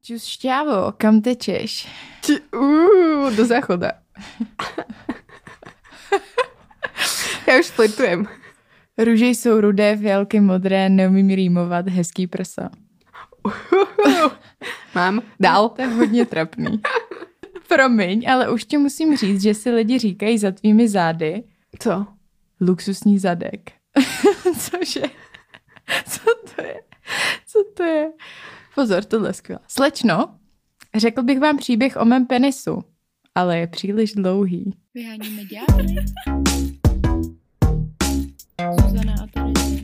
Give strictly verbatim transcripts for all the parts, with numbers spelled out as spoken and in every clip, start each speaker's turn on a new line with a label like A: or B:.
A: Čus šťávo, kam tečeš?
B: Uuu, do záchoda. Já už flirtujem.
A: Růže jsou rudé, fialky modré, neumím rýmovat, hezký prsa.
B: Mám, dál.
A: To je hodně trapný. Promiň, ale už ti musím říct, že si lidi říkají za tvými zády.
B: Co?
A: Luxusní zadek. Cože? Co to je? Co to je? Pozor, tohle je skvělé. Slečno, řekl bych vám příběh o mém penisu, ale je příliš dlouhý. Vyháníme ďábly. Zuzana a Terezie.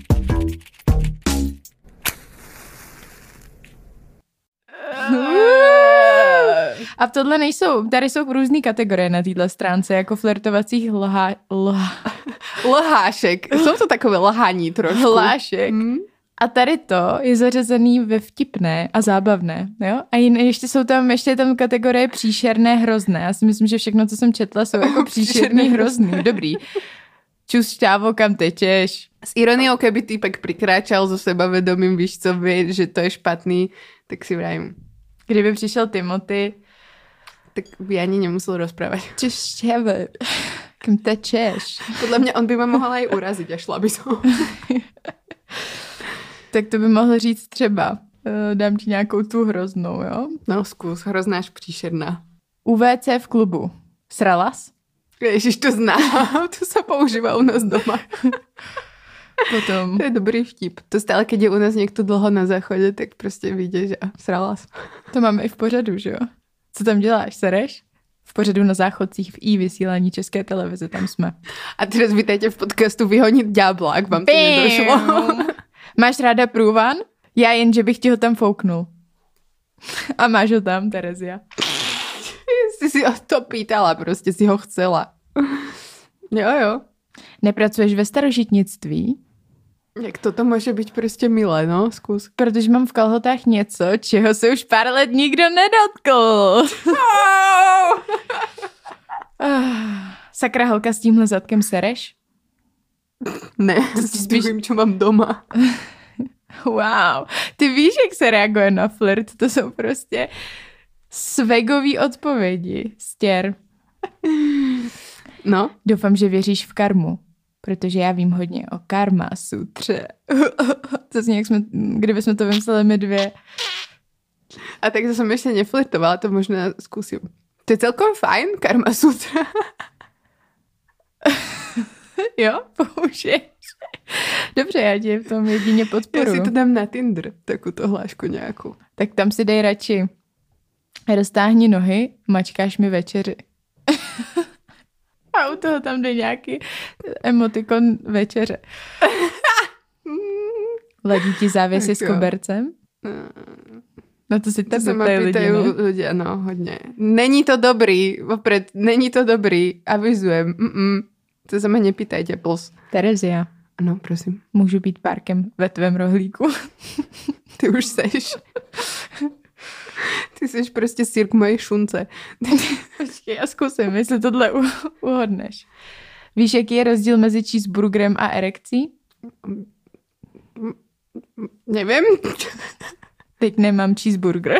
A: A tohle nejsou, tady jsou různý kategorie na této stránce, jako flirtovacích lhá, lhá,
B: lhášek. Jsou to takové lhání trošku.
A: Hlášek. Hmm. A tady to je zařazený ve vtipné a zábavné, jo? A jiné, ještě jsou tam, ještě je tam kategorie příšerné, hrozné. Já si myslím, že všechno, co jsem četla, jsou jako příšerný, hrozný. Dobrý. Čus šťávo, kam tečeš?
B: S ironiou, keby týpek prikráčal so sebavedomím, víš co, vie, že to je špatný, tak si vrajím.
A: Kdyby přišel Timothy,
B: tak by ani nemusel rozprávať.
A: Čus šťávo, kam tečeš?
B: Podle mě on by ma mohl aj urazit a šla by som.
A: Tak to by mohl říct třeba, uh, dám ti nějakou tu hroznou, jo?
B: No zkus, hrozná až příšerná.
A: U vé cé v klubu. Sralas?
B: Ježiš, to znám, to se používá u nás doma.
A: Potom.
B: To je dobrý vtip. To stále, keď je u nás někdo dlho na záchodě, tak prostě vidíš, že sralas.
A: To máme i v pořadu, že jo? Co tam děláš, sereš? V pořadu Na záchodcích v i vysílání České televize, tam jsme.
B: A teraz vítajte v podcastu Vyhonit ďábla, ak vám to nedošlo.
A: Máš ráda průvan? Já jen, že bych ti ho tam fouknul. A máš ho tam, Terezia.
B: Jsi si o to pýtala, prostě si ho chcela. Jo, jo.
A: Nepracuješ ve starožitnictví?
B: Jak toto může být prostě milé, no? Zkus.
A: Protože mám v kalhotách něco, čeho se už pár let nikdo nedotkl.
B: Oh!
A: Sakra, holka, s tímhle zadkem sereš?
B: Ne, spíš vím, čo mám doma.
A: Wow, ty víš, jak se reaguje na flirt? To jsou prostě svegový odpovědi. Stěr.
B: No?
A: Doufám, že věříš v karmu, protože já vím hodně o karma sutře. To zní, jak jsme, kdyby jsme to vymysleli my dvě.
B: A tak to jsem ještě neflirtovala, to možná zkusím. To je celkom fajn, karma sutra.
A: Jo, použiješ. Dobře, já tě v tom jedině podporuji.
B: Já si to dám na Tinder, takovou hlášku nějakou.
A: Tak tam si dej radši. Roztáhni nohy, mačkáš mi večeři. A u toho tam jde nějaký emotikon večeře. Ladí ti závěsy s kobercem? No to si to se ptají lidi, ne?
B: Ľudia, no, hodně. Není to dobrý, opred, není to dobrý, avizujem. Mm-mm. To se mě nepýtajte, plus.
A: Terezia.
B: Ano, prosím.
A: Můžu být párkem ve tvém rohlíku?
B: Ty už seš. Ty jsi prostě sýr k mojej šunce.
A: Počkej, já zkusím, jestli tohle uhodneš. Víš, jaký je rozdíl mezi cheeseburgerem a erekcí?
B: Nevím.
A: Teď nemám cheeseburger.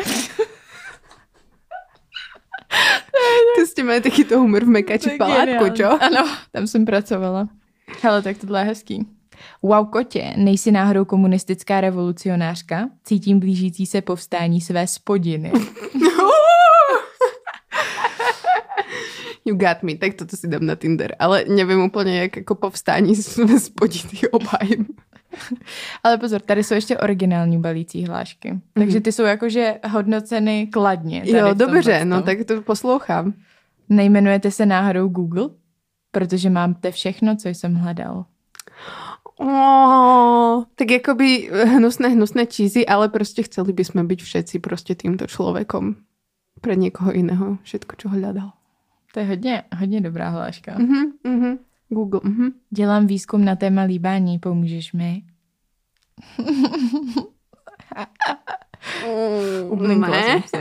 B: Ty jste měli taky to humor v Mekači v palátku, čo?
A: Ano, tam jsem pracovala. Hele, tak tohle je hezký. Wow, kotě, nejsi náhodou komunistická revolucionářka? Cítím blížící se povstání své spodiny.
B: You got me, tak toto si dám na Tinder. Ale nevím úplně, jak jako povstání své spodiny obhájím.
A: Ale pozor, tady jsou ještě originální balící hlášky. Mm-hmm. Takže ty jsou jakože hodnoceny kladně.
B: Jo, dobře, no tak to poslouchám.
A: Nejmenujete se náhodou Google? Protože máte všechno, co jsem hledal.
B: Oh, tak jakoby hnusné, hnusné cheesy, ale prostě chceli by sme byť všetci prostě týmto človekom pre niekoho iného. Všetko, čo hľadal.
A: To je hodně, hodně dobrá hláška.
B: Uh-huh, uh-huh. Google. Uh-huh.
A: Dělám výzkum na téma líbání, pomůžeš mi? Ublinkla jsem si.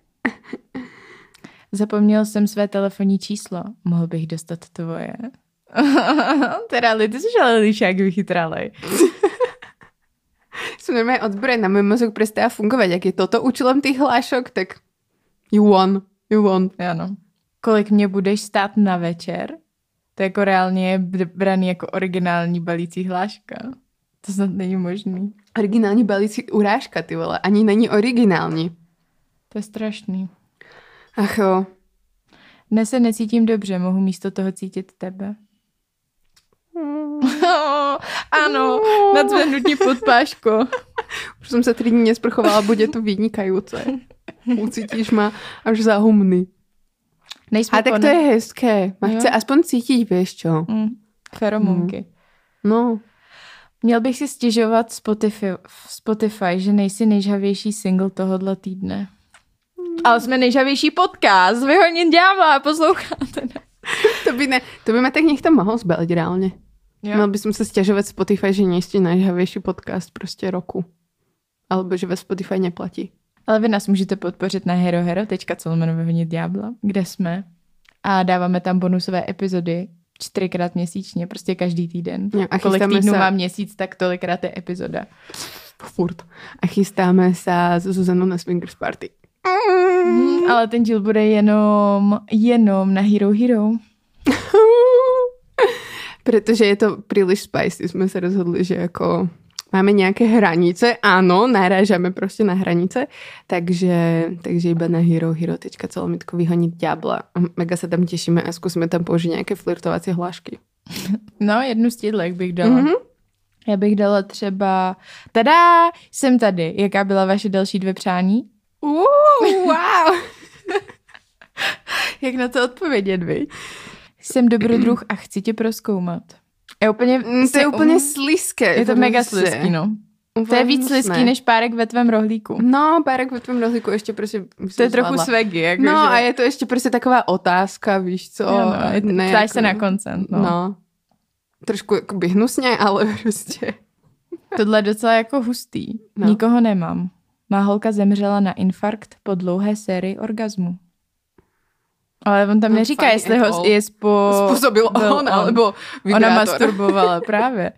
A: Zapomněl jsem své telefonní číslo. Mohl bych dostat tvoje? Teda, ty jsi ale líšák vychytralej.
B: Som normálne odbrojená, môj mozog prestáva fungovať. Jak je toto účelem tých hlášok, tak you won, you won.
A: Ano. Kolik mě budeš stát na večer? To jako reálně je braný jako originální balící hláška. To snad není možný.
B: Originální balící urážka, ty vole. Ani není originální.
A: To je strašný.
B: Ach jo.
A: Dnes se necítím dobře, mohu místo toho cítit tebe. Mm. Ano, nadzvednutí pod páško.
B: Už som sa tri dní nesprchovala, bude to vynikajúce. Ucítíš ma až za humny.
A: Nejsme
B: A tak to je hezké. Ma chce aspoň cítiť, vieš čo.
A: Mm. Feromonky.
B: Mm. No.
A: Měl bych si stěžovat Spotify, Spotify, že nejsi nejžhavější single tohohle týdne. Mm. Ale jsme nejžhavější podcast. Vyhodně ďábla, posloucháte. Ne?
B: To by, ne, to by ma tak niekto mohol zbaliť reálne. Ja. Mal by som sa sťažovať Spotify, že nie ste najžhavější podcast prostě roku. Alebo že ve Spotify neplatí.
A: Ale vy nás můžete podpořit na herohero tečka co lomeno vyhodit ďábla, kde jsme. A dáváme tam bonusové epizody čtyřikrát měsíčně, prostě každý týden. Ja, a kolik týdnů sa... má měsíc, tak tolikrát je epizoda.
B: Furt. A chystáme sa s Zuzanou na Swingers Party.
A: Mm, ale ten díl bude jenom, jenom na Hero Hero.
B: Pretože je to príliš spicy. Sme sa rozhodli, že ako máme nejaké hranice. Áno, narážame proste na hranice. Takže, takže iba na herohero tečka co lomeno vyhoniť ďábla. Mega sa tam tešíme a skúsime tam použiť nejaké flirtovacie hlášky.
A: No, jednu z tědlek bych dala. Mm-hmm. Já bych dala třeba... Tada, jsem tady. Jaká byla vaše další dvě přání?
B: Uh, wow!
A: Jak na to odpovědět, viď? Jsem dobrodruh a chci tě prozkoumat. Je úplně,
B: mm, to je úplně um, slizké.
A: Je to mega slizký, no. To je víc slizký než párek ve tvém rohlíku.
B: No, párek ve tvém rohlíku ještě prostě...
A: To je trochu swagy. Jako
B: no
A: že...
B: a je to ještě prostě taková otázka, víš co?
A: Jo, no, ne, ptáš jako... se na koncent, no.
B: no. Trošku jakoby hnusně, ale prostě...
A: Tohle je docela jako hustý. No. Nikoho nemám. Má holka zemřela na infarkt po dlouhé sérii orgazmu. Ale on tam no, neříká, jestli ho je spo...
B: způsobil on, on, alebo vibrátor.
A: Ona masturbovala, právě.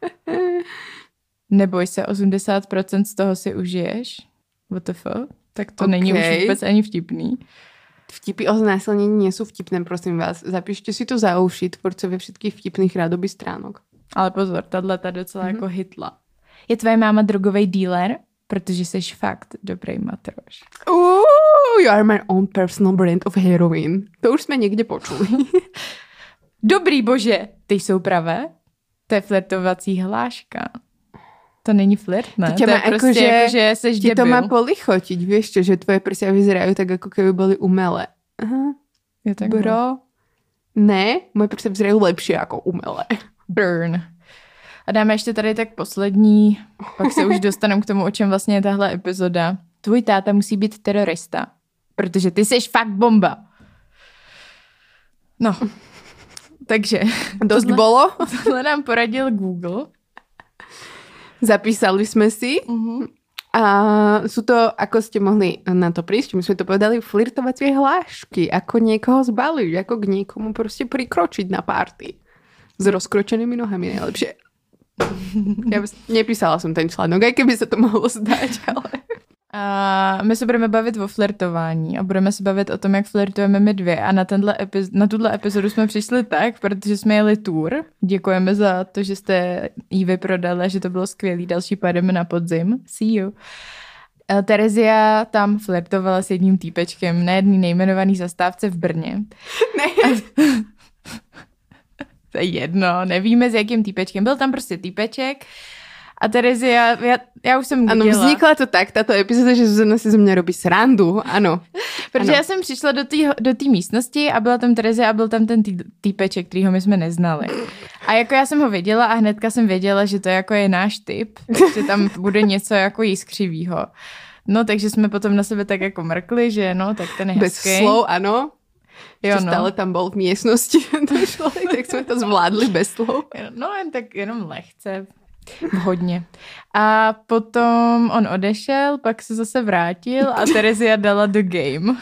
A: Neboj se, osmdesát procent z toho si užiješ. What the fuck? Tak to okay. Není už vůbec ani vtipný.
B: Vtipy o znásilnění nie sú vtipné, prosím vás. Zapíšte si to za uši, tvorcovia všetkých vtipných rádoby stránok.
A: Ale pozor, tahle ta docela mm-hmm. jako hitla. Je tvoje máma drogovej dealer? Protože jsi fakt dobrý matroš.
B: Ooh, you are my own personal brand of heroin. To už jsme někde počuli.
A: Dobrý bože, ty jsou pravé? To je flirtovací hláška. To není flirt, ne?
B: To, to je prostě že, jako, že
A: seš
B: debil. Ti to má polichotiť, vieš čo, že tvoje prsia vyzerajú tak, ako keby boli umelé. Aha.
A: Je tak
B: bro. Ne, moje prsia vyzerajú lepšie ako umelé.
A: Burn. A dáme ještě tady tak poslední, pak se už dostaneme k tomu, o čem vlastně je tahle epizoda. Tvůj táta musí být terorista, protože ty jsi fakt bomba. No, takže...
B: Dost tohle, bolo?
A: Tohle nám poradil Google.
B: Zapísali jsme si. Uh-huh. A sú to, ako ste mohli na to prísť, my sme to povedali, flirtovacie hlášky, ako niekoho zbaliť, ako k niekomu proste prikročiť na party. S rozkročenými nohami najlepšie. Ja nepísala som ten článok, aj keby sa to mohlo zdať, ale...
A: A my se budeme bavit o flirtování a budeme se bavit o tom, jak flirtujeme my dvě. A na, tenhle epiz- na tuhle epizodu jsme přišli tak, protože jsme jeli tour. Děkujeme za to, že jste ji vyprodali, že to bylo skvělý. Další pojedeme na podzim. See you. Terezia tam flirtovala s jedním týpečkem na jedný nejmenovaný zastávce v Brně.
B: Ne.
A: To je jedno, nevíme s jakým týpečkem. Byl tam prostě týpeček a Terezia, já, já už jsem viděla.
B: Ano, vznikla to tak, tato epizoda, že Zuzana si ze mě robí srandu, ano.
A: Protože
B: ano.
A: Já jsem přišla do té do té místnosti a byla tam Terezia a byl tam ten tý, týpeček, kterýho my jsme neznali. A jako já jsem ho viděla a hnedka jsem věděla, že to jako je náš typ, že tam bude něco jako jiskřivýho. No, takže jsme potom na sebe tak jako mrkli, že no, tak ten je hezký.
B: Bez slov, ano.
A: Jo, no.
B: Stále tam bol v miestnosti, tak jsme to zvládli bez slov.
A: No, jen tak jenom lehce, hodně. A potom on odešel, pak se zase vrátil a Terezia dala the game.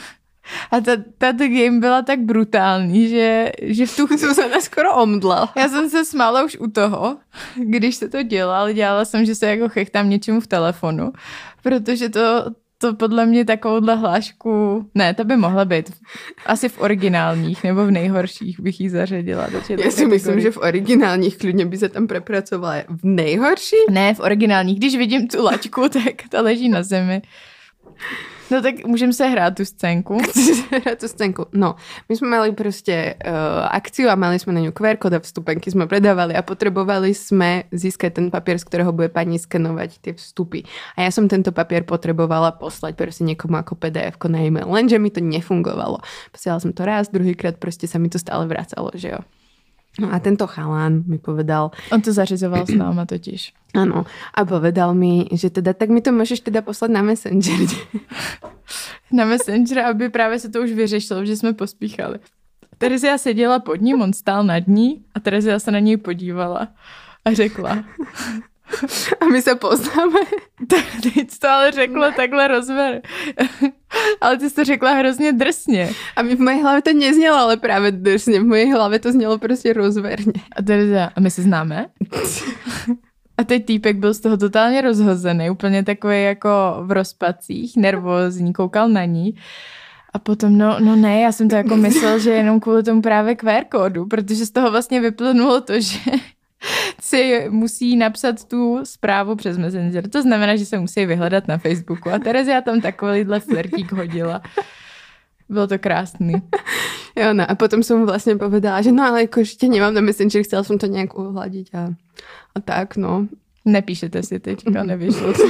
A: A ta, tato game byla tak brutální, že, že v tu chvíli...
B: Zuzana skoro omdlela.
A: Já jsem se smála už u toho, když se to dělo, ale dělala jsem, že se jako chechtám něčemu v telefonu, protože to, to podle mě takovouhle hlášku... Ne, to by mohla být. Asi v originálních nebo v nejhorších bych ji zařadila. Do
B: Já si
A: kategorii.
B: myslím, že v originálních klidně by se tam prepracovala. V nejhorší?
A: Ne, v originálních. Když vidím tu laťku, tak ta leží na zemi. No tak můžeme se hrát tu scénku.
B: Hrát tu scénku. No, my jsme mali prostě uh, akciu a mali jsme na ňu Q R kód a vstupenky jsme predávali a potrebovali jsme získať ten papier, z ktorého bude pani skenovať tie vstupy. A ja som tento papier potrebovala poslať proste niekomu ako P D F-ko na e-mail, lenže mi to nefungovalo. Posielala som to raz, druhýkrát proste sa mi to stále vracalo, že jo. No a tento chalán mi povedal...
A: On to zařizoval s náma totiž.
B: Áno. A povedal mi, že teda tak mi to môžeš teda poslať na Messenger.
A: Na Messenger, aby právě se to už vyřešilo, že jsme pospíchali. Terezia seděla pod ním, on stál nad ní a Terezia se na něj podívala a řekla...
B: A my se poznáme.
A: Teď jsi to ale řekla takhle rozver. Ale ty jsi to řekla hrozně drsně.
B: A mi v mojej hlave to neznělo, ale právě drsně. V mojej hlave to znělo prostě rozverně.
A: A Terezia, a my se známe? A teď týpek byl z toho totálně rozhozený, úplně takový jako v rozpacích, nervózní, koukal na ní. A potom, no, no ne, já jsem to jako myslel, že jenom kvůli tomu právě Q R kódu, protože z toho vlastně vyplynulo to, že si musí napsat tu zprávu přes Messenger. To znamená, že se musí vyhledat na Facebooku. A Terezia tam takovýhle flirtík hodila. Bylo to krásný.
B: Jo, no a potom som mu vlastne povedala, že no ale jako ešte nemám na Messenger, chcela som to nejak uhladiť a, a tak, no.
A: Nepíšete si teďka, nevyšlo to.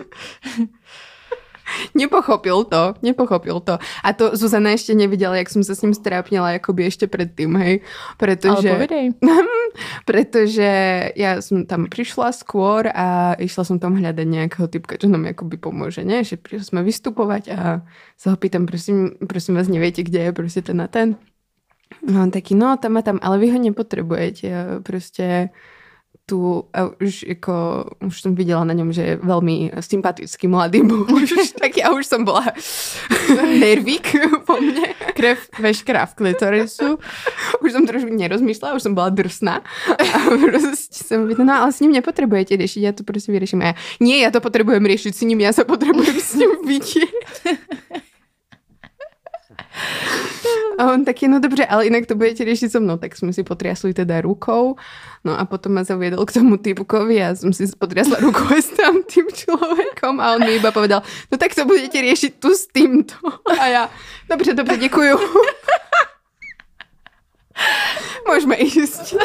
B: Nepochopil to, nepochopil to. A to Zuzana ešte nevidela, jak som sa s ním strápnila akoby ešte predtým, hej. Pretože,
A: ale povedej.
B: Pretože ja som tam prišla skôr a išla som tam hľadať nejakého typka, čo nám akoby pomôže, ne? Že prišli sme vystupovať a sa ho pýtam, prosím, prosím vás, neviete, kde je proste ten a ten? No on taký, no tam a tam, ale vy ho nepotrebujete, proste... tu a už jako, už som videla na ňom, že je veľmi sympatický mladý muž, tak ja už som bola nervík po mne.
A: Krev veškerá v klitorisu.
B: Už som trošku nerozmýšľala, už som bola drsná. A proste som videla, no ale s ním nepotrebujete riešiť, ja to proste vyrieším. A ja, nie, ja to potrebujem riešiť s ním, ja sa potrebujem s ním vidieť. A on taký, no dobře, ale inak to budete riešiť so mnou. Tak sme si potriasli teda rukou. No a potom ma zaviedol k tomu typkovi a som si potriasla rukou s tam tým človekom a on mi iba povedal, no tak to budete riešiť tu s týmto. A ja, dobře, dobře, děkuju. Môžeme ísť.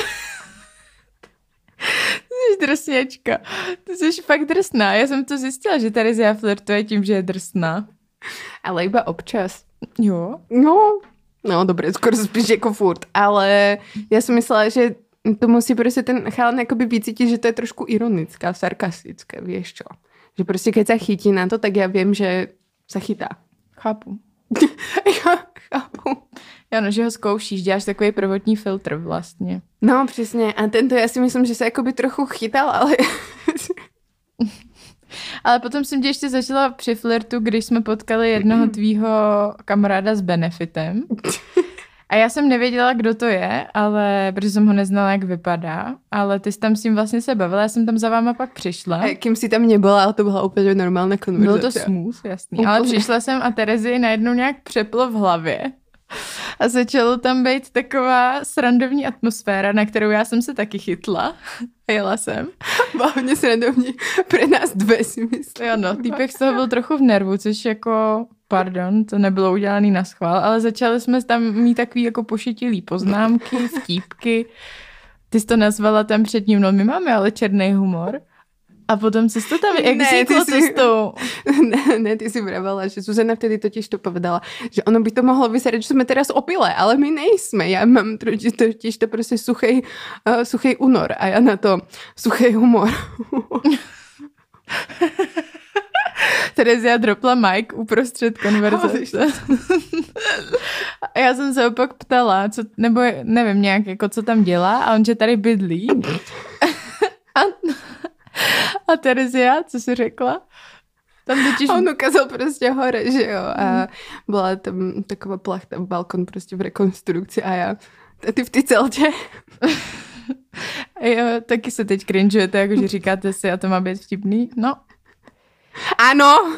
A: Ty jsi drsněčka. Ty jsi fakt drsná. Já jsem to zjistila, že Terezia flirtuje tím, že je drsná.
B: Ale iba občas.
A: Jo?
B: No, no dobre, skoro spíš jako furt, ale ja som myslela, že to musí prostě ten chalan akoby vycítiť, že to je trošku ironická, sarkastické, vieš čo. Že prostě keď sa chytí na to, tak ja viem, že sa chytá.
A: Chápu.
B: Ja chápu.
A: Ano, že ho zkoušíš, děláš takový prvotní filtr vlastně.
B: No, přesně. A tento já si myslím, že se akoby trochu chytal, ale...
A: Ale potom jsem tě ještě začala při flirtu, když jsme potkali jednoho tvýho kamaráda s benefitem. A já jsem nevěděla, kdo to je, ale protože jsem ho neznala, jak vypadá. Ale ty jsi tam s ním vlastně se bavila, já jsem tam za váma pak přišla.
B: A kým si tam nebyla, ale to byla úplně normální konverzace.
A: Bylo to smooth, jasný. Úplně. Ale přišla jsem a Terezi najednou nějak přeplo v hlavě. A začalo tam být taková srandovní atmosféra, na kterou já jsem se taky chytla. A jela jsem.
B: Hlavně srandovní pre nás dvě, si myslím.
A: Jo no, týpek z toho byl trochu v nervu, což jako, pardon, to nebylo udělaný na schvál, ale začali jsme tam mít takový jako pošetilý poznámky, vtípky. Ty jsi to nazvala tam před ním, no my máme ale černý humor. A potom co to tam, jak vzniklo to s tou?
B: Ne, ne, ty si vravala, že Zuzana vtedy totiž to povedala, že ono by to mohlo vyzerať, že sme teraz opilé, ale my nejsme. Ja mám totiž, totiž to prostě suchej, uh, suchej únor a ja na to suchej humor.
A: Terezia dropla mic uprostřed konverzace. A já jsem se opak ptala, co, nebo nevím nějak, jako co tam dělá a on, že tady bydlí. A, a Terezia, co jsi řekla? Tam totiž...
B: On ukázal prostě hore, že jo. A byla tam taková plachta, balkon prostě v rekonstrukci a já, a ty v ty celtě.
A: Jo, taky se teď cringeujete, jakože říkáte si, a to má být vtipný. No.
B: Ano.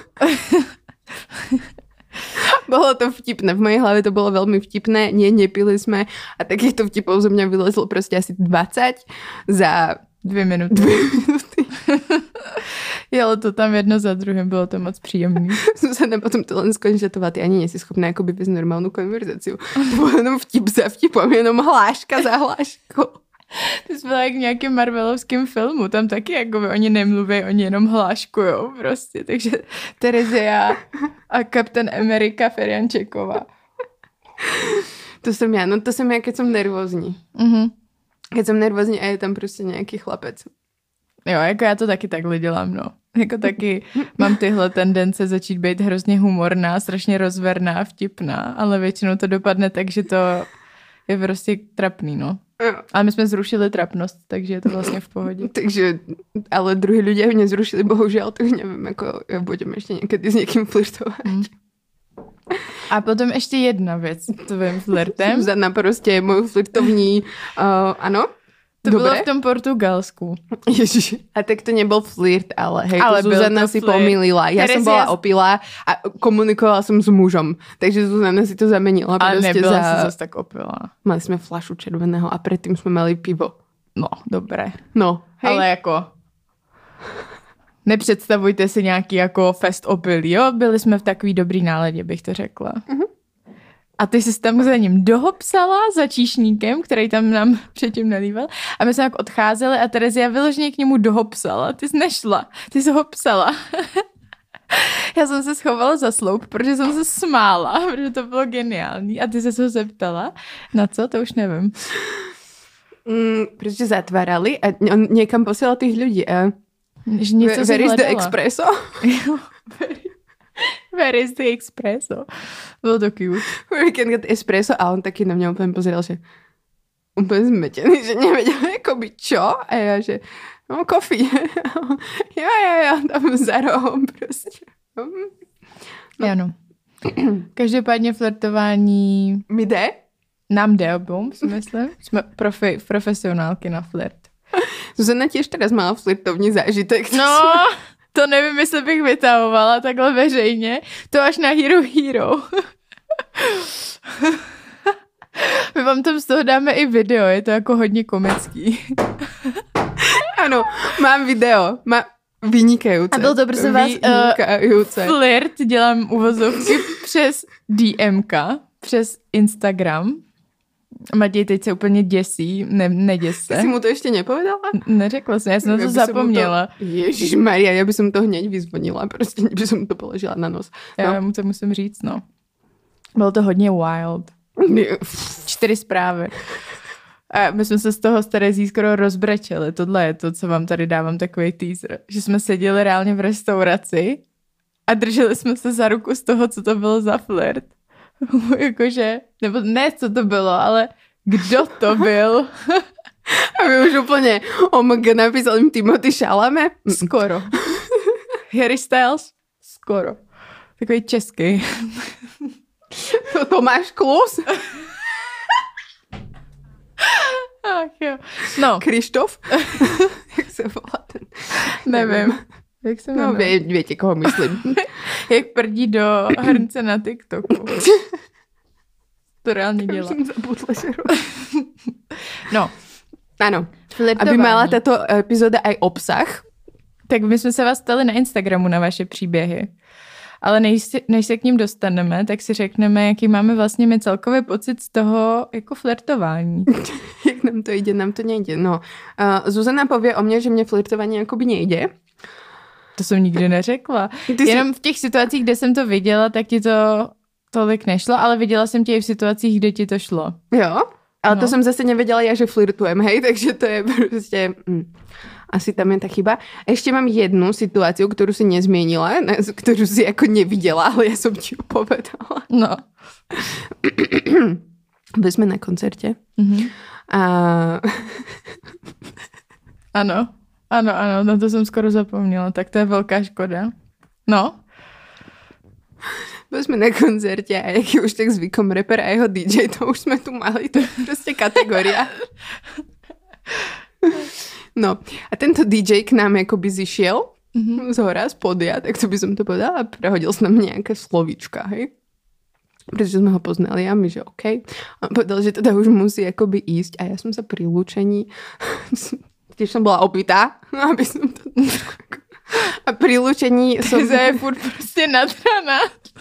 B: Bolo to vtipné. V mojej hlave to bolo veľmi vtipné. Nie, nepili sme. A takýchto vtipov zo mňa vylezlo proste asi dvadsať za
A: dvě minuty.
B: Dvě minuty.
A: Jelo to tam jedno za druhým, bylo to moc příjemný.
B: Zuzana potom to len skonštatovala, ty ani nesi schopná akoby bez normálnu konverzáciu. To bylo jenom vtip za vtipom, jenom hláška za hláškou.
A: Ty jsi byla jak v nějakém marvelovském filmu, tam taky jakoby oni nemluví, oni jenom hláškujou prostě, takže Terezia a Kapten Amerika Feriančeková.
B: To som ja, no to som ja, keď som nervózní.
A: Mhm.
B: Keď som nervózní a je tam prostě nějaký chlapec.
A: Jo, jako já to taky takhle dělám, no. Jako taky mám tyhle tendence začít být hrozně humorná, strašně rozverná, vtipná, ale většinou to dopadne tak, že to je prostě trapný, no.
B: Jo.
A: Ale my jsme zrušili trapnost, takže je to vlastně v pohodě.
B: Takže, ale druhý ľudia ho nezrušili, bohužiaľ, tak nevím, jako ja budem ještě někdy s někým flirtovat. Mm.
A: A potom ještě jedna věc s tvým flirtem.
B: Zuzana prostě můj flirtovní, uh, ano?
A: To
B: Dobre?
A: bylo v tom Portugalsku.
B: Ježiš, a tak to nebol flirt, ale hej,
A: ale
B: to Zuzana si flirt. Pomýlila. Ja
A: Terezia...
B: som bola opilá a komunikovala som s mužom, takže Zuzana si to zamenila.
A: Ale nebyla
B: za...
A: si zase tak opilá.
B: Mali sme fľašu červeného a predtým sme mali pivo.
A: No, dobré.
B: No, hej.
A: Ale jako... Nepředstavujte si nějaký jako fest opilý, jo? Byli jsme v takový dobrý náladě, bych to řekla. Uh-huh. A ty jsi tam za ním dohopsala za číšníkem, který tam nám předtím nalíval. A my jsme jak odcházeli a Terezia vyloženě k němu dohopsala. Ty jsi nešla, ty jsi hopsala. Já jsem se schovala za sloup, protože jsem se smála, protože to bylo geniální. A ty se ho zeptala. Na co? To už nevím.
B: Mm, protože zatvárali a on někam posílal těch lidí. A...
A: Že něco
B: Where is the espresso?
A: Where is the espresso? Bylo to cute.
B: We can get espresso a on taky na mě úplně pozeral, že úplně zmetený, že nevěděl jakoby čo. A já, že no coffee. jo, jo, jo, tam za rohom prostě.
A: No. Ano. Každopádně flirtování...
B: Mi jde?
A: Nám jde obou, si myslím. Jsme profi, profesionálky na flirt.
B: Zuzana tiež teraz mala flirtovní zážitek.
A: No, to nevím, jestli bych vytahovala takhle veřejně. To až na Hero Hero. My vám tam z toho dáme i video, je to jako hodně komický.
B: Ano, mám video. Má vynikajúce.
A: A byl to prosím vás uh, flirt, dělám uvozovky přes DMka, přes Instagram. Matěj teď se úplně děsí, ne, neděs se.
B: Jsi mu to ještě nepovedala?
A: Neřekla jsem, já jsem na to zapomněla.
B: To... Ježišmaria, já bych to hneď vyzvonila, prostě bych mu to položila na nos. No.
A: Já mu to musím říct, no. Bylo to hodně wild. Čtyři zprávy. A my jsme se z toho s Terezí skoro rozbrečeli. Tohle je to, co vám tady dávám, takový teaser. Že jsme seděli reálně v restauraci a drželi jsme se za ruku z toho, co to bylo za flirt. Jakože, nebo ne, co to bylo, ale kdo to byl?
B: A my už úplně, oh my god, napísal jim Timothy Chalamet?
A: Skoro. Harry Styles? Skoro. Takový český.
B: Tomáš Klus?
A: Ach jo. No.
B: Krištof? Jak se volá ten?
A: Nevím. Jak se
B: no, vě, větě, koho myslím.
A: Jak prdí do hrnce na TikToku. To reálně dělá.
B: Jsem zabudla, že
A: No.
B: Ano.
A: Flirtování.
B: Aby mala tato epizoda aj obsah.
A: Tak my jsme se vás ptali na Instagramu na vaše příběhy. Ale než, než se k ním dostaneme, tak si řekneme, jaký máme vlastně my celkový pocit z toho jako flirtování.
B: Jak nám to jde, nám to nejde. No, uh, Zuzana pově o mně, že mě flirtování jakoby nejde.
A: To jsem nikdy neřekla.
B: Ty
A: Jenom
B: jsi...
A: v těch situacích, kde jsem to viděla, tak ti to tolik nešlo, ale viděla jsem tě i v situacích, kde ti to šlo.
B: Jo, ale
A: no.
B: To jsem zase nevěděla já, že flirtujem, hej, takže to je prostě... Mm. Asi tam je ta chyba. Ešte mám jednu situáciu, ktorú si nezmienila, ktorú si ako nevidela, ale ja som ti ju povedala.
A: No.
B: Byli sme na koncerte.
A: Mm-hmm.
B: A...
A: Ano, ano, ano, na to jsem skoro zapomněla, tak to je velká škoda. No.
B: Byli jsme na koncerte a jak je už tak zvykom rapper a jeho dý džej, to už jsme tu mali, to je prostě kategoria. No a tento dý džej k nám jakoby zišiel mm-hmm. z hora, z podia, tak to by som to povedala a prehodil s nám nejaké slovíčka, hej. Pretože sme ho poznali a my, že OK. A on povedal, že teda už musí akoby ísť a ja som sa pri lúčení tiež som bola opitá, aby som to... A pri lúčení som...
A: Ty je furt prostě nadraná.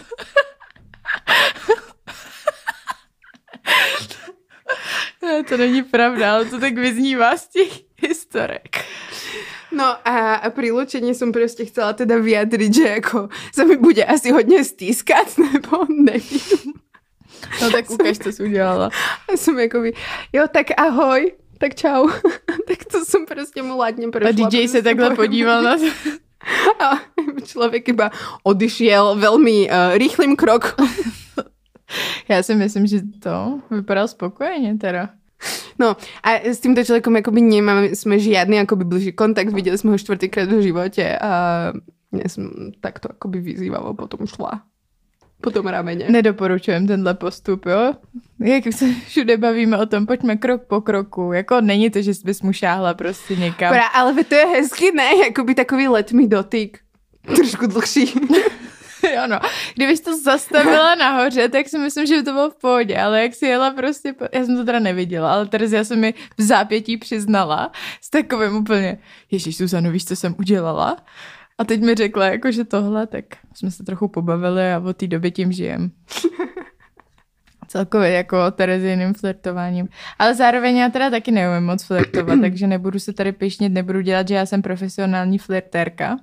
A: Ne, to není pravda, ale to tak vyznívá z těch historek.
B: No a, a pri lúčení som proste chcela teda vyjadriť, že ako sa mi bude asi hodne stýskať, nebo nevím.
A: No tak ukáž, co jsi udělala.
B: A som akoby, jo, tak ahoj, tak čau. Tak to som proste mu ladne prešla.
A: A dý džej se takhle podíval na to.
B: A člověk iba odišiel veľmi uh, rýchlým krokom.
A: Já si myslím, že to vypadal spokojeně teda.
B: No a s týmto človekom akoby nemáme sme žiadny akoby bližší kontakt, videli sme ho štvrtýkrát v živote a ja som takto akoby vyzývalo potom šla po tom ramene.
A: Nedoporučujem tenhle postup, jo? Jak se všude bavíme o tom, pojďme krok po kroku. Jako není to, že bys mu šáhla prostě někam.
B: Pra, ale to je hezky, ne? Jakoby takový letmý dotyk. Trošku dlhší.
A: Jo no, kdybys to zastavila nahoře, tak si myslím, že by to bylo v pohodě, ale jak si jela prostě, po... já jsem to teda neviděla, ale Terezia se mi v zápětí přiznala s takovým úplně, ježiš Zuzano, víš, co jsem udělala? A teď mi řekla, jako, že tohle, tak jsme se trochu pobavili a od té doby tím žijem. Celkově jako Terezijným flirtováním. Ale zároveň já teda taky neumím moc flirtovat, takže nebudu se tady pyšnit, nebudu dělat, že já jsem profesionální flirtérka.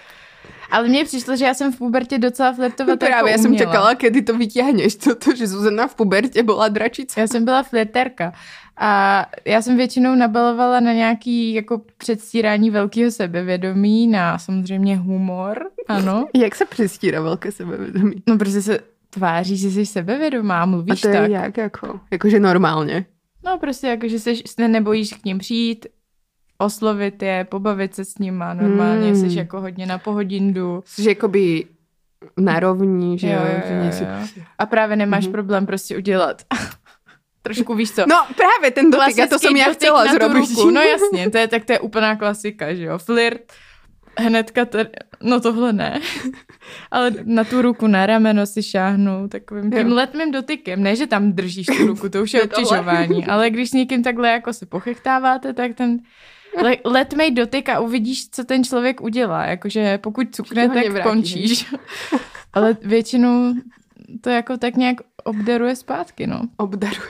A: Ale mně přišlo, že já jsem v pubertě docela flirtovat
B: Právě,
A: jako
B: já jsem čekala, kedy to vyťahneš, toto, že Zuzana v pubertě byla dračice.
A: Já jsem byla flirtérka a já jsem většinou nabalovala na nějaký jako předstírání velkého sebevědomí, na samozřejmě humor, ano.
B: Jak se předstírá velké sebevědomí?
A: No protože se tváří, že jsi sebevědomá, mluvíš tak.
B: A to
A: tak.
B: je jak jako? Jakože normálně?
A: No prostě jako, že se nebojíš k ním přijít, oslovit je, pobavit se s nima, normálně hmm. jsi jako hodně na pohodindu.
B: Jsi jakoby narovní, že jo?
A: jo, jo, jo, jo. A právě nemáš mm-hmm. problém prostě udělat. Trošku víš co.
B: No právě ten dotyk, a to jsem já chtěla zrobit.
A: No jasně, to je, tak to je úplná klasika, že jo. Flirt, hnedka, t- no tohle ne. Ale na tu ruku, na rameno si šáhnu takovým tím jo. letmým dotykem. Ne, že tam držíš tu ruku, to už je obtěžování. Ale když s někým takhle jako se pochechtáváte, tak ten le- letmej dotyk a uvidíš, co ten člověk udělá. Jakože pokud cukne, tak nevrátí, končíš. Ale většinou to jako tak nějak obdaruje zpátky, no.
B: Obdaruje.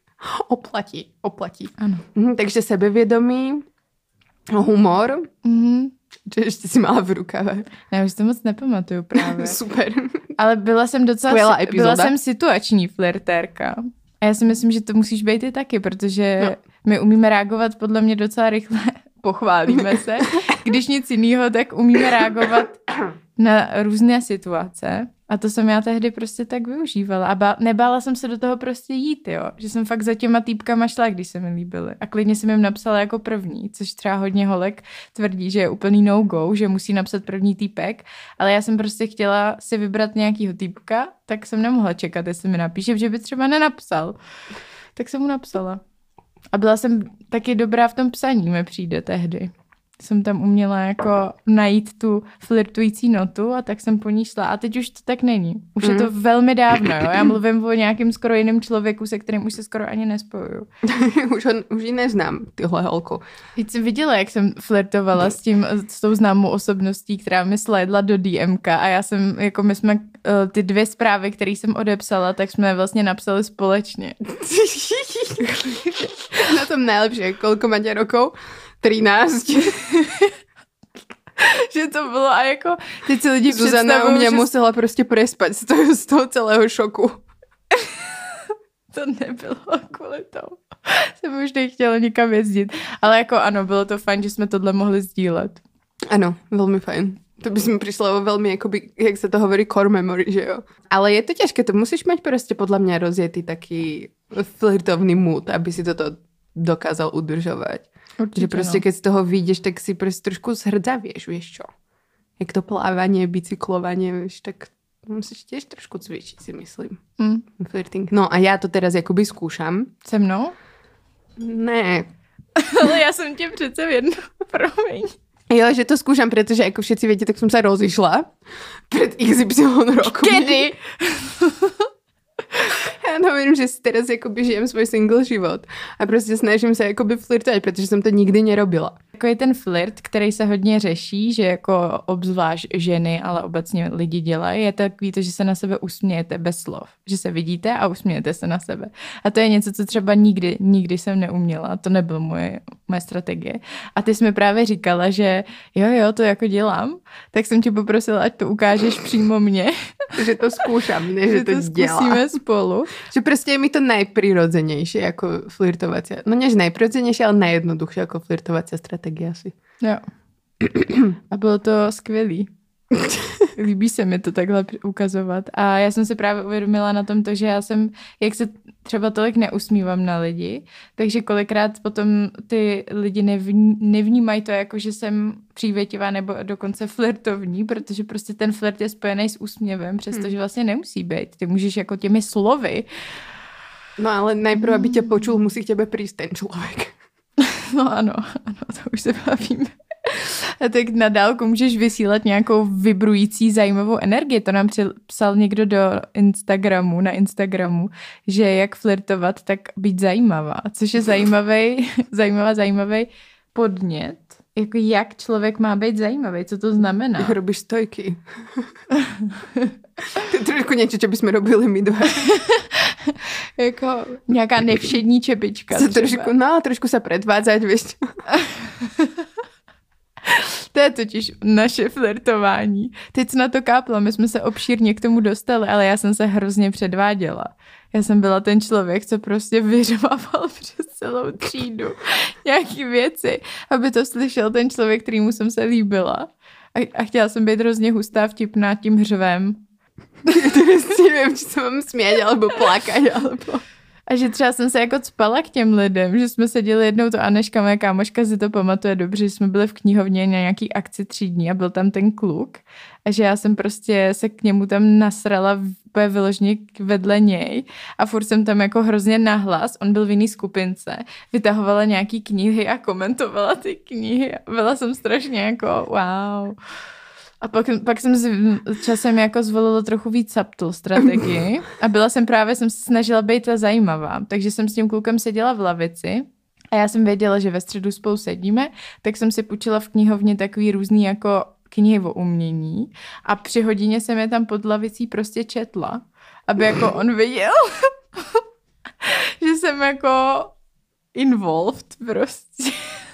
B: Oplatí, oplatí.
A: Ano.
B: Mhm, takže sebevědomí, humor.
A: Mhm.
B: Že ještě si mala v rukave.
A: Ne, už to moc nepamatuju právě.
B: Super.
A: Ale byla jsem docela, byla jsem situační flirtérka. A já si myslím, že to musíš být i taky, protože no. my umíme reagovat podle mě docela rychle. Pochválíme se. Když nic jiného, tak umíme reagovat na různé situace. A to jsem já tehdy prostě tak využívala. A bá, nebála jsem se do toho prostě jít, jo. Že jsem fakt za těma týpkama šla, když se mi líbily. A klidně jsem jim napsala jako první, což třeba hodně holek tvrdí, že je úplný no-go, že musí napsat první týpek. Ale já jsem prostě chtěla si vybrat nějakýho týpka, tak jsem nemohla čekat, jestli mi napíše, že by třeba nenapsal. Tak jsem mu napsala. A byla jsem taky dobrá v tom psaní, mi přijde tehdy. Jsem tam uměla jako najít tu flirtující notu a tak jsem po ní šla. A teď už to tak není. Už mm. je to velmi dávno, jo. Já mluvím o nějakém skoro jiném člověku, se kterým už se skoro ani nespojuju.
B: už, ho, už ji neznám, tyhle holku.
A: Teď jsem viděla, jak jsem flirtovala s tím, s tou známou osobností, která mi slidla do D M ka a já jsem, jako my jsme ty dvě zprávy, které jsem odepsala, tak jsme vlastně napsali společně.
B: Na tom nejlepší, kolko máte rokov? třináct.
A: Že to bylo a jako teď si lidi
B: Zuzana u mě že... musela prostě prespat z toho, z toho celého šoku.
A: To nebylo kvůli tomu. Jsem už nechtěla nikam jezdit. Ale jako ano, bylo to fajn, že jsme tohle mohli sdílet.
B: Ano, velmi fajn. To by mi přišlo velmi, jakoby, jak se to hovorí, core memory, že jo. Ale je to těžké, to musíš mať prostě podle mě rozjetý taký flirtovný mood, aby si toto dokázal udržovat. Určitě, že prostě, no. Keď z toho vyjdeš, tak si prostě trošku zhrdzavieš, vieš čo. jak to plávanie, bicyklovanie, vieš, tak musíš tiež trošku cvičiť, si myslím.
A: Mm.
B: Flirting. No a já to teraz jakoby zkoušám.
A: Se mnou?
B: Ne.
A: Ale já jsem tě přece v jednu, promiň.
B: Jo, že to skúšam, pretože ako všetci viete, tak som sa rozišla pred iks ypsilon rokmi.
A: Kedy?
B: Ja no, viem, že si teraz akoby žijem svoj single život a prostě snažím se akoby flirtovat, protože jsem to nikdy nerobila.
A: Jako je ten flirt, který se hodně řeší, že jako obzvlášť ženy, ale obecně lidi dělají, je takový to, že se na sebe usmějete bez slov. Že se vidíte a usmějete se na sebe. A to je něco, co třeba nikdy, nikdy jsem neuměla. To nebyla moje, moje strategie. A ty jsi mi právě říkala, že jo, jo, to jako dělám. Tak jsem tě poprosila, ať to ukážeš přímo mně.
B: Že to skúšam, ne, že, že to, to
A: zkusíme spolu.
B: Že prostě je mi to najprirodzenejšie jako flirtovacia. No než najprirodzenejšie, ale najjednoduchšie jako flirtovacia strategie asi.
A: Jo. A bylo to skvělý. Líbí se mi to takhle ukazovat. A já jsem se právě uvědomila na tom to, že já jsem, jak se třeba tolik neusmívám na lidi, takže kolikrát potom ty lidi nevní, nevnímají to jako, že jsem přívětivá nebo dokonce flirtovní, protože prostě ten flirt je spojený s úsměvem, přestože vlastně nemusí být. Ty můžeš jako těmi slovy.
B: No ale najprv, aby tě počul, musí k tebe prísť ten člověk.
A: No ano, ano, to už se bavíme. A tak na dálku můžeš vysílat nějakou vibrující zajímavou energii. To nám psal někdo do Instagramu, na Instagramu, že jak flirtovat, tak být zajímavá. Což je zajímavý, zajímavá, zajímavý podnět. Jako jak člověk má být zajímavý, co to znamená?
B: Jak robíš stojky. To je trošku něco, co bychom robili my dva.
A: Jako nějaká nevšední čepička.
B: Se trošku, no, trošku se předvádzať, víš.
A: To je totiž naše flirtování. Teď se na to káplo, my jsme se obšírně k tomu dostali, ale já jsem se hrozně předváděla. Já jsem byla ten člověk, co prostě vyřvával přes celou třídu nějaký věci, aby to slyšel ten člověk, kterýmu jsem se líbila. A, a chtěla jsem být hrozně hustá, vtipná tím hřvem.
B: Nevím, či se mám smět, alebo plakat, alebo...
A: A že třeba jsem se jako cpala k těm lidem, že jsme seděli jednou, to Aneška, moje kámoška si to pamatuje dobře, že jsme byli v knihovně na nějaký akci třídní a byl tam ten kluk a že já jsem prostě se k němu tam nasrala úplně vyloženě vedle něj a furt jsem tam jako hrozně nahlas, on byl v jiný skupince, vytahovala nějaký knihy a komentovala ty knihy a byla jsem strašně jako wow. A pak, pak jsem si časem jako zvolila trochu víc subtle strategii a byla jsem právě, jsem se snažila být ta zajímavá, takže jsem s tím klukem seděla v lavici a já jsem věděla, že ve středu spolu sedíme, tak jsem si půjčila v knihovně takový různý jako knihy o umění a při hodině jsem je tam pod lavicí prostě četla, aby jako on viděl, že jsem jako involved prostě.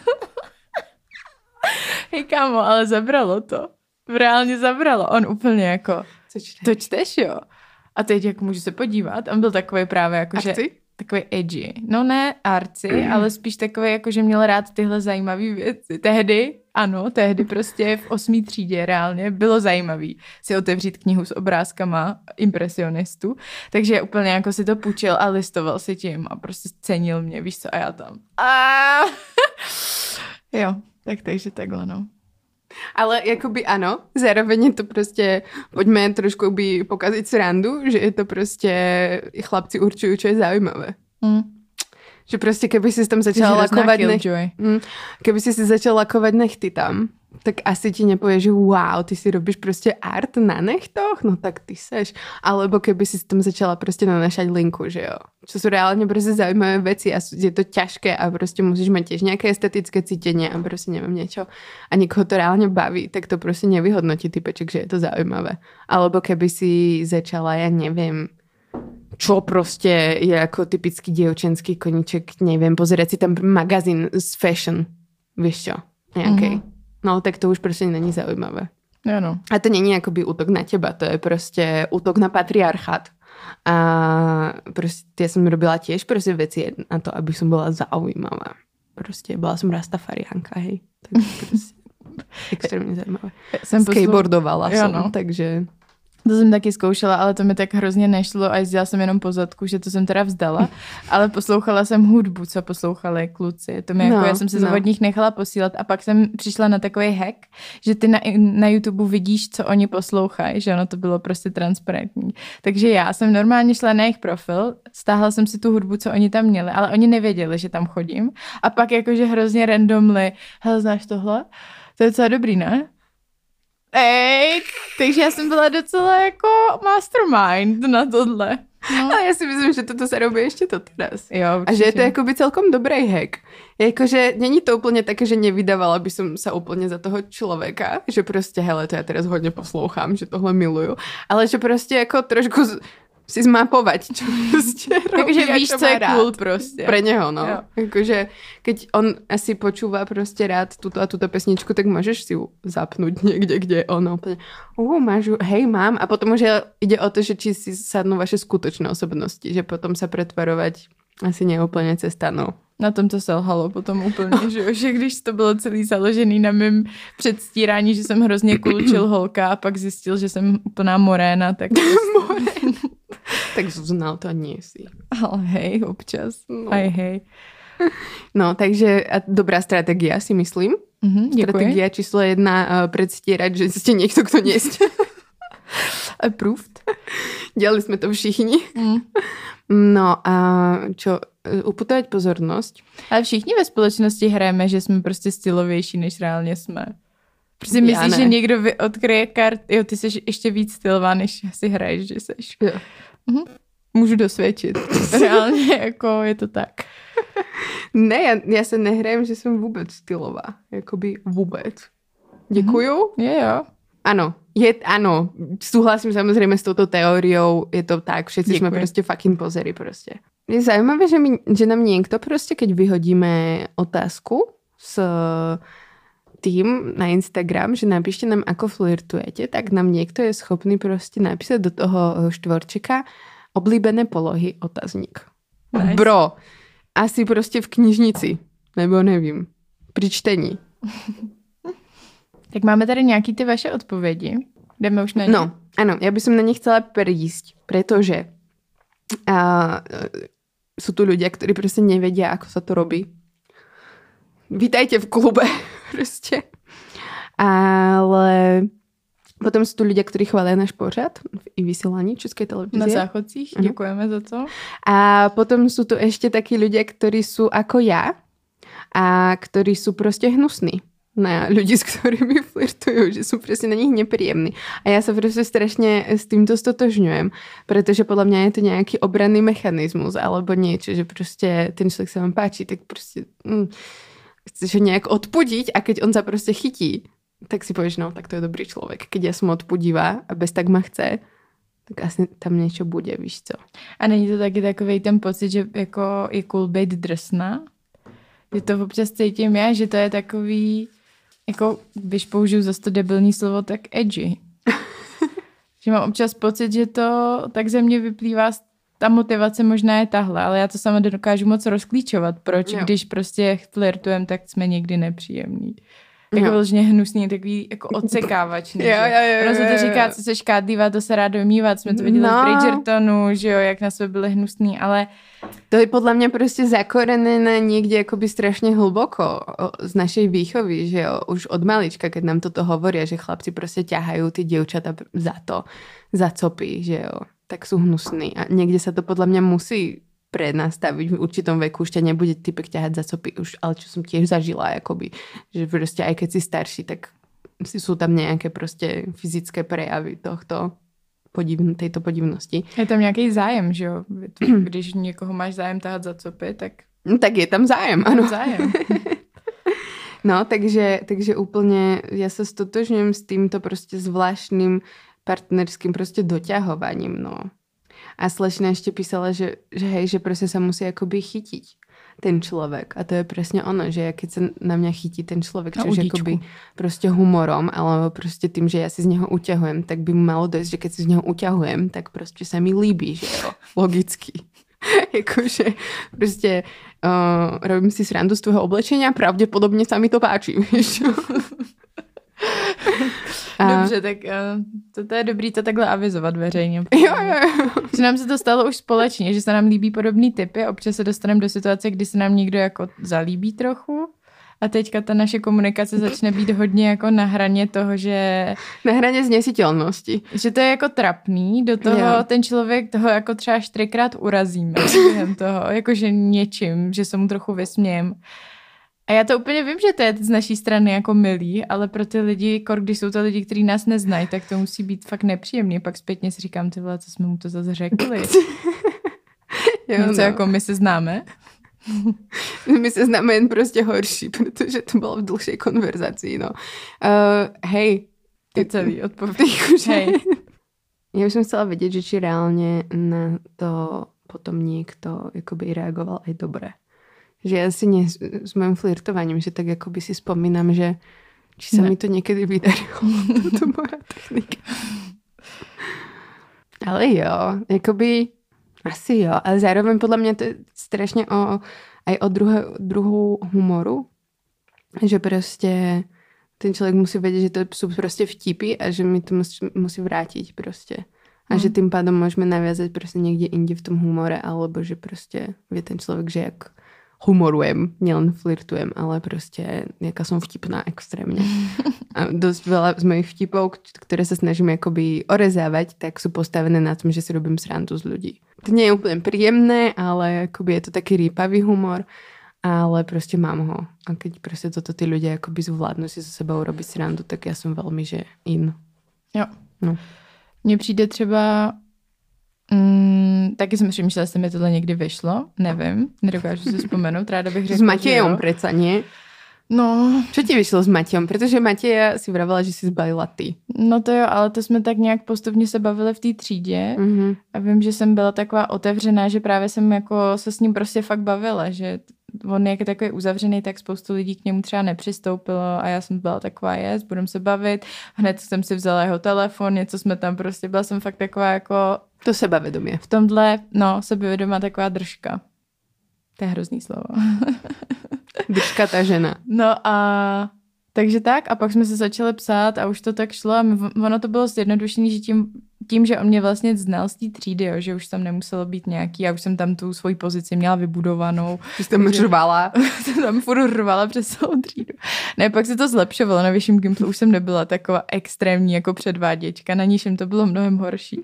A: Hej kámo, ale zabralo to. Reálně zabralo. On úplně jako, to čteš, jo? A teď jako můžu se podívat. On byl takový právě jako,
B: arci?
A: že takový edgy. No ne arci, mm. ale spíš takový jako, že měl rád tyhle zajímavé věci. Tehdy, ano, tehdy prostě v osmý třídě reálně bylo zajímavý si otevřít knihu s obrázkama impresionistů. Takže úplně jako si to půjčil a listoval si tím a prostě cenil mě, víš co, a já tam. A jo, tak takže takhle, no.
B: Ale jakoby ano, zároveň je to prostě, pojďme trošku by pokazit srandu, že je to prostě, chlapci určují, čo je zaujímavé. Mm. Že prostě keby si tam začala lakovat nechty, mm, keby si si začala lakovat nechty tam, tak asi ti nepovie, že wow, ty si robíš prostě art na nechtoch, no tak ty seš. Alebo keby si tam začala prostě nanašať linku, že jo. Čo sú reálne prostě zaujímavé veci a je to ťažké a prostě musíš mať tiež nejaké estetické cítenie a prostě neviem niečo a nikoho to reálne baví, tak to prostě nevyhodnotí typeček, že je to zaujímavé. Alebo keby si začala, ja neviem, čo prostě je jako typický dievčenský koníček, neviem, pozerať si tam magazín z fashion, víš čo, nejakej. Mm-hmm. No, tak to už prostě není zaujímavé.
A: Ano.
B: A to není jakoby útok na teba, to je prostě útok na patriarchát. A prostě ja som robila tiež prostě věci na to, aby som bola zaujímavá. Prostě byla som rastafariánka, hej. Takže prostě extrémně zaujímavé. Skateboardovala som, no. Takže
A: To jsem taky zkoušela, ale to mi tak hrozně nešlo a jezdila jsem jenom po zadku, že to jsem teda vzdala, ale poslouchala jsem hudbu, co poslouchali kluci. To mi
B: no,
A: jako, já jsem se no. od nich nechala posílat a pak jsem přišla na takový hack, že ty na, na YouTube vidíš, co oni poslouchají, že ono to bylo prostě transparentní. Takže já jsem normálně šla na jejich profil, stáhla jsem si tu hudbu, co oni tam měli, ale oni nevěděli, že tam chodím. A pak jakože hrozně randomly, hele, znáš tohle? To je docela dobrý, ne? Ej, takže já jsem byla docela jako mastermind na tohle.
B: No. Ale já si myslím, že toto se robí ještě to teraz.
A: Jo,
B: a že je to jakoby celkom dobrý hack. Jakože není to úplně také, že nevydávala by som sa úplně za toho člověka, že prostě, hele, to já teraz hodně poslouchám, že tohle miluju, ale že prostě jako trošku si zmapovať, čo prostě robí.
A: Takže víš, co je cool prostě.
B: Pre něho, no. Jakože, keď on asi počúva prostě rád tuto a tuto pesničku, tak můžeš si ju zapnúť někde, kde ono úplně, uh, máš ju, hej, mám. A potom už ide o to, že či si sadnú vaše skutočné osobnosti, že potom sa pretvarovať asi nie je úplně cesta, no.
A: Na tom to selhalo potom úplně, že jo, že když to bylo celý založený na mém předstírání, že jsem hrozně kulčil holka a pak zjistil, že jsem úplná moréna, tak...
B: Moréna. Tak znal to nie si.
A: Ale hej, občas. No. Aj hej.
B: No, takže dobrá strategia, si myslím.
A: Mm-hmm,
B: strategia číslo jedna, uh, predstierať, že ste niekto, kto nie ste.
A: Approved.
B: Dělali jsme to všichni.
A: Mm.
B: No a čo, uputovať pozornosť.
A: Ale všichni ve společnosti hrajeme, že jsme prostě stylovější, než reálně jsme. Prostě myslíš, že někdo odkryje kart, jo, ty jsi ještě víc stylová, než si hraješ, že seš.
B: Jo.
A: Mhm. Můžu dosvědčit. Reálně jako je to tak.
B: Ne, já, já se nehrajem, že jsem vůbec stylová. Jakoby vůbec. Děkuju.
A: Mm-hmm. Je jo.
B: Ano, je, ano, súhlasím samozrejme s touto teóriou, je to tak, všetci Děkuji. Jsme prostě fucking pozery prostě. Je zaujímavé, že, mi, že nám niekto prostě, keď vyhodíme otázku s tým na Instagram, že napíšte nám, ako flirtujete, tak nám niekto je schopný prostě napísať do toho štvorčeka oblíbené polohy otazník. Nice. Bro, asi prostě v knižnici, nebo nevím, pri čtení.
A: Tak máme tady nějaký ty vaše odpovědi. Jdeme už na ně?
B: No, ano, já bych na ně chcela prísť, pretože uh, sú tu ľudia, ktorí prostě nevedia, ako sa to robí. Vítajte v klube, prostě. Ale potom sú tu ľudia, ktorí chvália náš pořad i vysielanie Českej televízie.
A: Na záchodcích, uh-huh. Děkujeme za to.
B: A potom sú tu ešte takí ľudia, ktorí sú ako ja a ktorí sú prostě hnusní na ľudí, s ktorými flirtujú, že sú presne na nich nepríjemní. A ja sa prostě strašne s týmto stotožňujem, pretože podľa mňa je to nejaký obranný mechanizmus alebo niečo, že prostě ten človek sa vám páči, tak prostě mm, chceš ho nejak odpudiť a keď on sa prostě chytí, tak si povieš, no, tak to je dobrý človek. Keď ja som odpudivá a bez tak ma chce, tak asi tam niečo bude, víš co.
A: A není to taky takovej ten pocit, že jako je cool být drsná? Že to občas cítím já, že to je takový, jako když použiju zase to debilní slovo, tak edgy. Že mám občas pocit, že to tak ze mě vyplývá, ta motivace možná je tahle, ale já to sama dokážu moc rozklíčovat. Proč, jo. Když prostě flirtujeme, tak jsme někdy nepříjemní. Jako vložně hnusný, takový jako odsekávač.
B: Jo, jo, jo,
A: ono se to říká, co se škádlivá, to se rád domývat. Jsme to viděli no. v Bridgertonu, že jo, jak na sebe byli hnusný, ale...
B: To je podľa mňa prostě zakorenené niekde akoby strašne hlboko z našej výchovy, že jo, už od malička, keď nám toto hovoria, že chlapci prostě ťahajú ty dievčata za to, za copy, že jo, tak sú hnusní. A niekde sa to podľa mňa musí prenastaviť v určitom veku, už ťa nebude typek ťahať za copy už, ale čo som tiež zažila, akoby, že prostě aj keď si starší, tak si sú tam nejaké prostě fyzické prejavy tohto podivn, tejto podivnosti.
A: Je tam nějaký zájem, že jo? Když někoho máš zájem tahat za copy, tak...
B: No, tak je tam zájem, ano.
A: Zájem.
B: No, takže, takže úplne ja sa stotožňujem s týmto prostě zvláštnym partnerským prostě doťahovaním, no. A slečna ešte písala, že, že hej, že prostě sa musí akoby chytiť ten človek. A to je presne ono, že keď sa na mňa chytí ten človek, čiže akoby prostě humorom, alebo prostě tým, že ja si z neho uťahujem, tak by mu malo dojsť, že keď si z neho uťahujem, tak prostě sa mi líbí, že jo, logicky. Jakože prostě uh, robím si srandu z tvojho oblečenia, pravdepodobne sa mi to páči, víš. A...
A: Dobře, tak uh, to, to je dobrý to takhle avizovat veřejně.
B: Jo, jo, jo.
A: Že nám se to stalo už společně, že se nám líbí podobný typy, občas se dostaneme do situace, kdy se nám někdo jako zalíbí trochu a teďka ta naše komunikace začne být hodně jako na hraně toho, že...
B: Na hraně znesiteľnosti.
A: Že to je jako trapný, do toho jo. ten člověk toho jako třeba čtyřikrát urazíme během toho, jakože něčím, že se mu trochu vysmějem. A já to úplně vím, že to je z naší strany jako milý, ale pro ty lidi, když jsou to lidi, kteří nás neznají, tak to musí být fakt nepříjemný. Pak zpětně si říkám, ty vole, co jsme mu to zase řekli. Jo, Něco no. jako my se známe.
B: My se známe jen prostě horší, protože to bylo v dlhšej konverzaci, no. Uh, hej.
A: Ty celý odpověď.
B: Hej. Ja by som chcela vedieť, že či reálne na to potom niekto akoby reagoval aj dobre. Že ja si nie, s mojím flirtovaním, že tak akoby si spomínam, že či sa ne. mi to niekedy vydarilo. Toto moja technika. Ale jo, akoby asi jo, ale zároveň podľa mňa to je strašne o, aj o druhé, druhú humoru, že proste ten človek musí vedieť, že to sú proste vtipy a že mi to musí, musí vrátiť proste. A mm. že tým pádom môžeme naviazať proste niekde inde v tom humore, alebo že proste vie ten človek, že jak humorujem, nielen flirtujem, ale proste jaká som vtipná extrémne. A dosť veľa z mojich vtipov, ktoré sa snažím akoby orezávať, tak sú postavené na tom, že si robím srandu z ľudí. To nie je úplne príjemné, ale akoby je to taký rýpavý humor, ale proste mám ho. A keď proste toto tí ľudia akoby zvládnu si so sebou robiť srandu, tak ja som veľmi, že in.
A: Jo.
B: No.
A: Mně přijde třeba... Mm, taky jsem přemýšlela, jestli mi tohle někdy vyšlo. Nevím, nedokážu si vzpomenout. Ráda bych řekla,
B: s Matejom preca, nie?
A: No.
B: Čo ti vyšlo s Matejom? Protože Mateja si vravila, že si zbalila ty.
A: No to jo, ale to jsme tak nějak postupně se bavili v té třídě. Mm-hmm. A vím, že jsem byla taková otevřená, že právě jsem jako se s ním prostě fakt bavila, že on je takový uzavřený, tak spoustu lidí k němu třeba nepřistoupilo a já jsem byla taková, jest, budeme se bavit. Hned jsem si vzala jeho telefon, něco jsme tam prostě, byla jsem fakt taková jako...
B: To sebevědomě.
A: V tomhle, no, sebevědomá taková držka. To je hrozný slovo.
B: Držka ta žena.
A: No a takže tak a pak jsme se začali psát a už to tak šlo a ono to bylo zjednodušené, že tím, tím, že on mě vlastně znal z té třídy, jo, že už tam nemuselo být nějaký, já už jsem tam tu svoji pozici měla vybudovanou.
B: Že jsi tam řvala.
A: Jsem tam furt řvala přes celou třídu. Ne, pak se to zlepšovalo, na vyšším gimplu už jsem nebyla taková extrémní jako předváděčka, na nižším to bylo mnohem horší.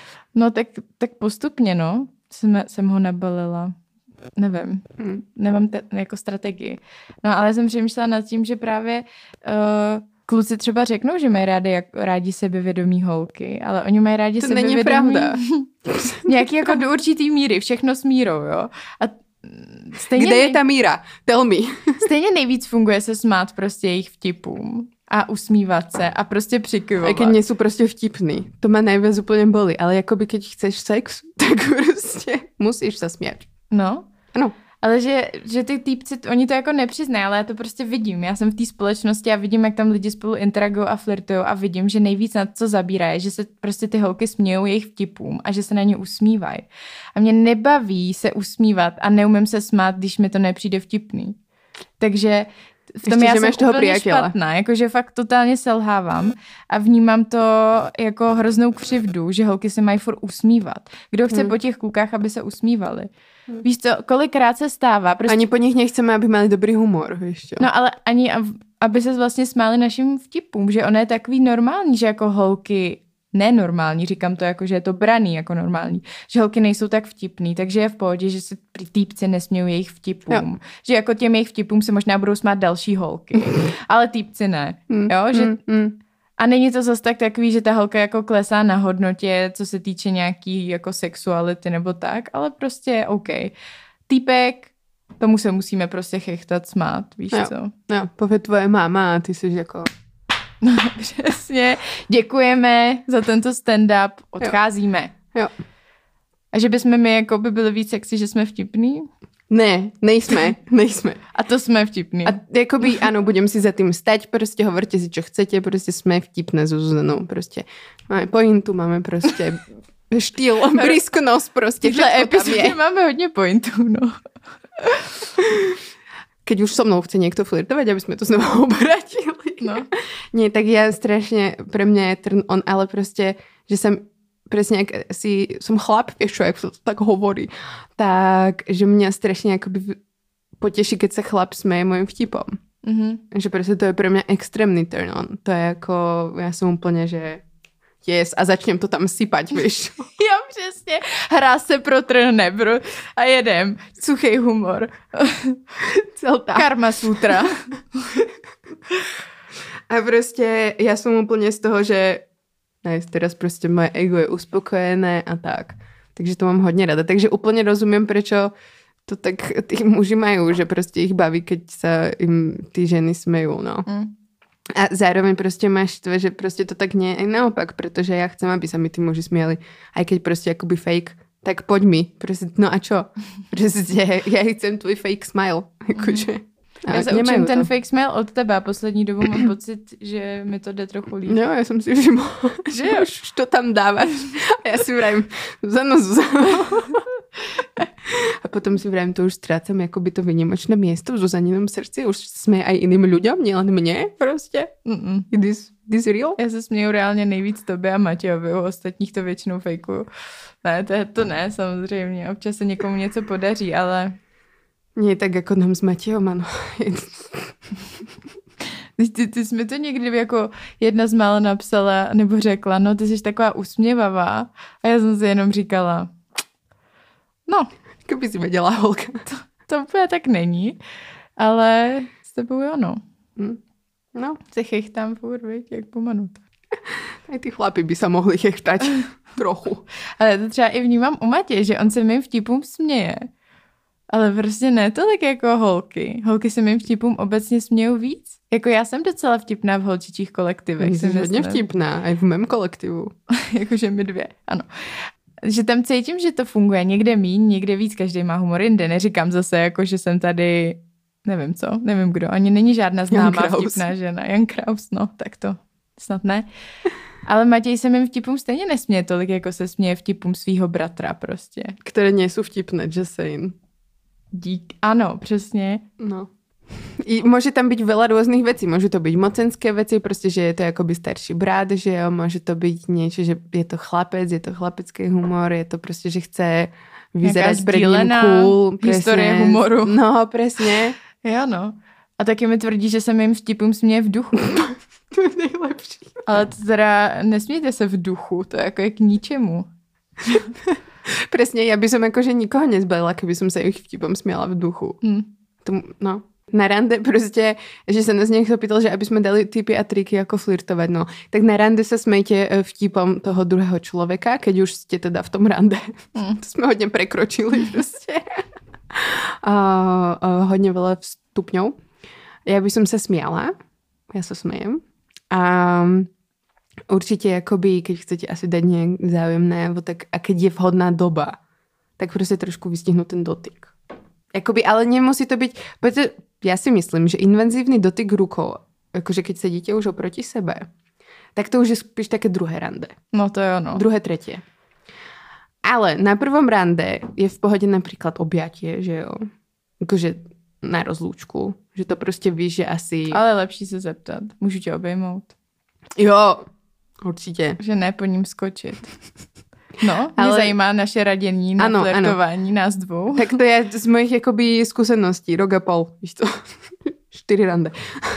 A: No tak, tak postupně, no, jsem, jsem ho nabalila. Nevím, hmm. nemám te, jako strategii. No ale jsem přemýšlela nad tím, že právě uh, kluci třeba řeknou, že mají rádi, jak, rádi sebevědomí holky, ale oni mají rádi
B: to
A: sebevědomí...
B: To není pravda.
A: Nějaký jako do určitý míry, všechno s mírou, jo. A stejně
B: Kde
A: nej...
B: je ta míra? Tell me.
A: Stejně nejvíc funguje se smát prostě jejich vtipům a usmívat se a prostě přikyvovat.
B: A keď nie sú prostě vtipný. To ma najviac úplne boli. Ale jakoby keď chceš sex, tak prostě musíš sa smiať.
A: No.
B: Ano.
A: Ale že, že ty týpci, oni to jako nepřiznají, ale já to prostě vidím. Já jsem v té společnosti a vidím, jak tam lidi spolu interagují a flirtují a vidím, že nejvíc na co zabírá je, že se prostě ty holky smějou jejich vtipům a že se na ně usmívají. A mě nebaví se usmívat a neumím se smát, když mi to nepřijde vtipný. Takže v tom
B: Ještě,
A: já jsem
B: toho
A: úplně
B: priateľa.
A: špatná, jakože fakt totálně selhávám a vnímám to jako hroznou křivdu, že holky se mají furt usmívat. Kdo chce hmm. po těch klukách, aby se usmívali? Hmm. Víš co, kolikrát se stává? Prostě...
B: Ani po nich nechceme, aby mali dobrý humor, víš čo?
A: No ale ani, aby se vlastně smáli našim vtipům, že ono je takový normální, že jako holky nenormální, říkám to jako, že je to braný jako normální, že holky nejsou tak vtipný, takže je v pohodě, že se týpci nesmějí jejich vtipům. Jo. Že jako těm jejich vtipům se možná budou smát další holky, ale týpci ne.
B: Mm,
A: jo, že...
B: mm, mm.
A: A není to zase tak takový, že ta holka jako klesá na hodnotě, co se týče nějaký jako sexuality nebo tak, ale prostě OK. Týpek, tomu se musíme prostě chechtat, smát, víš
B: jo.
A: co?
B: Jo, pově tvoje máma a ty jsi jako...
A: No, přesně. Děkujeme za tento stand-up. Odcházíme.
B: Jo.
A: A že bychom my jako by byli víc sexy, že jsme vtipní?
B: Ne, nejsme, nejsme.
A: A to jsme vtipní.
B: A jakoby, ano, budem si za tým stať, prostě hovorte si, čo chcete, prostě jsme vtipné s Zuzanou, prostě. Máme pointu, máme prostě štýl, brisknosť, prostě.
A: V téhle epizodě máme hodně pointů, no.
B: keď už so mnou chce niekto flirtovať, aby sme to znova obratili.
A: No.
B: Nie, tak ja strašne, pre mňa je turn on, ale proste, že som presne, ak si, som chlap, vieš čo, ak sa to tak hovorí, tak, že mňa strašne akoby poteší, keď sa chlap smeje môjim vtipom. Mm-hmm. Že proste to je pre mňa extrémny turn on. To je ako, ja som úplne, že yes, a začnem to tam sypať, vieš.
A: Jo, přesně. Hrá se protrhne, bro. A jedem. Suchý humor.
B: Celta.
A: Karma Sutra.
B: A proste ja som úplne z toho, že nice, teraz proste moje ego je uspokojené a tak. Takže to mám hodne rada. Takže úplne rozumiem, prečo to tak tí muži majú, že proste ich baví, keď sa im tí ženy smejú, no. Mm. A zároveň proste máš to, že proste to tak nie je naopak, pretože ja chcem, aby sa mi tí muži smiali. Aj keď proste akoby fake, tak poď mi. Proste, no a čo? Proste ja chcem tvoj fake smile. Akože.
A: Já se učím ten fake smile od tebe a poslední dobu mám pocit, že mi to jde trochu líp.
B: No, já jsem si všimla, že už to tam dáváš. A já si vrajím, Zuzano, Zuzano. A potom si vrajím, to už ztrácam jakoby to výnimočné miesto v Zuzaninom srdci. Už sme aj iným ľuďom, nielen mne prostě. Mm-mm. This, this real?
A: Já se směju reálně nejvíc tobě a Matějovi, u ostatních to většinou fejkuju. Ne, to, to ne, samozřejmě. Občas se někomu něco podaří, ale...
B: Nie tak jako nám s Matějom, ano.
A: Ty, ty jsi mi to někdy jako jedna z mála napsala, nebo řekla, no ty jsi taková usměvavá. A já jsem si jenom říkala, no.
B: Jako by si věděla, holka.
A: To, to úplně tak není, ale s tebou jo, no.
B: Hmm. No.
A: Se chechtám furt, viď, jak pomanut.
B: Aj ty chlapi by sa mohli chechtať trochu.
A: Ale to třeba i vnímám u Matěje, že on se mým vtipům směje. Ale prostě ne tolik jako holky. Holky se mým vtipům obecně smějou víc. Jako já jsem docela vtipná v holčičích kolektivech.
B: Jsi hodně vtipná, i v mém kolektivu.
A: Jakože my dvě, ano. Že tam cítím, že to funguje někde míň, někde víc, každý má humor jinde. Neříkám zase, jako, že jsem tady, nevím co, nevím kdo, ani není žádná známá vtipná žena. Jan Kraus, no, tak to snad ne. Ale Matěj se mým vtipům stejně nesměje tolik, jako se směje vtipům svýho bratra prostě.
B: Které nejsou vtipné, just saying.
A: Dík, ano, přesně.
B: No. I môže tam byť veľa rôznych vecí. Môžu to byť mocenské veci, proste, že je to akoby starší brat, že jo, môže to byť niečo, že je to chlapec, je to chlapecký humor, je to proste, že chce vyzerať pred ním cool.
A: Histórie humoru.
B: No, presne.
A: Jo, no. A taky mi tvrdí, že sa mým vtipům směje v duchu.
B: To je nejlepší.
A: Ale to teda nesmějte se v duchu, to je jako je k ničemu.
B: Presne, ja by som akože nikoho nezbalila, keby som sa ich vtipom smiala v duchu. Hmm. To, no. Na rande proste, že sa nás niekto pýtal, že aby sme dali tipy a triky, ako flirtovať. No. Tak na rande sa smejte vtipom toho druhého človeka, keď už ste teda v tom rande. Hmm. To sme hodne prekročili proste. a, a, hodne veľa stupňov. Ja by som sa smiala. Ja sa smejem. A určite, akoby, keď chcete asi dať nejak záujemné, tak, a keď je vhodná doba, tak proste trošku vystihnúť ten dotyk. Akoby, ale nemusí to byť, pretože ja si myslím, že invenzívny dotyk rukou, akože keď sedíte už oproti sebe, tak to už je spíš také druhé rande.
A: No to je ono.
B: Druhé, tretie. Ale na prvom rande je v pohode napríklad objatie, že jo, akože na rozlúčku, že to proste víš, že asi...
A: Ale lepší se zeptat. Můžu tě obejmout?
B: Jo, určitě.
A: Že ne po ním skočit. No, ale... mě zajímá naše radění na ano, flirtování ano. nás dvou.
B: Tak to je z mojich jakoby zkušeností. Rok a pol. Víš to? Čtyři rande.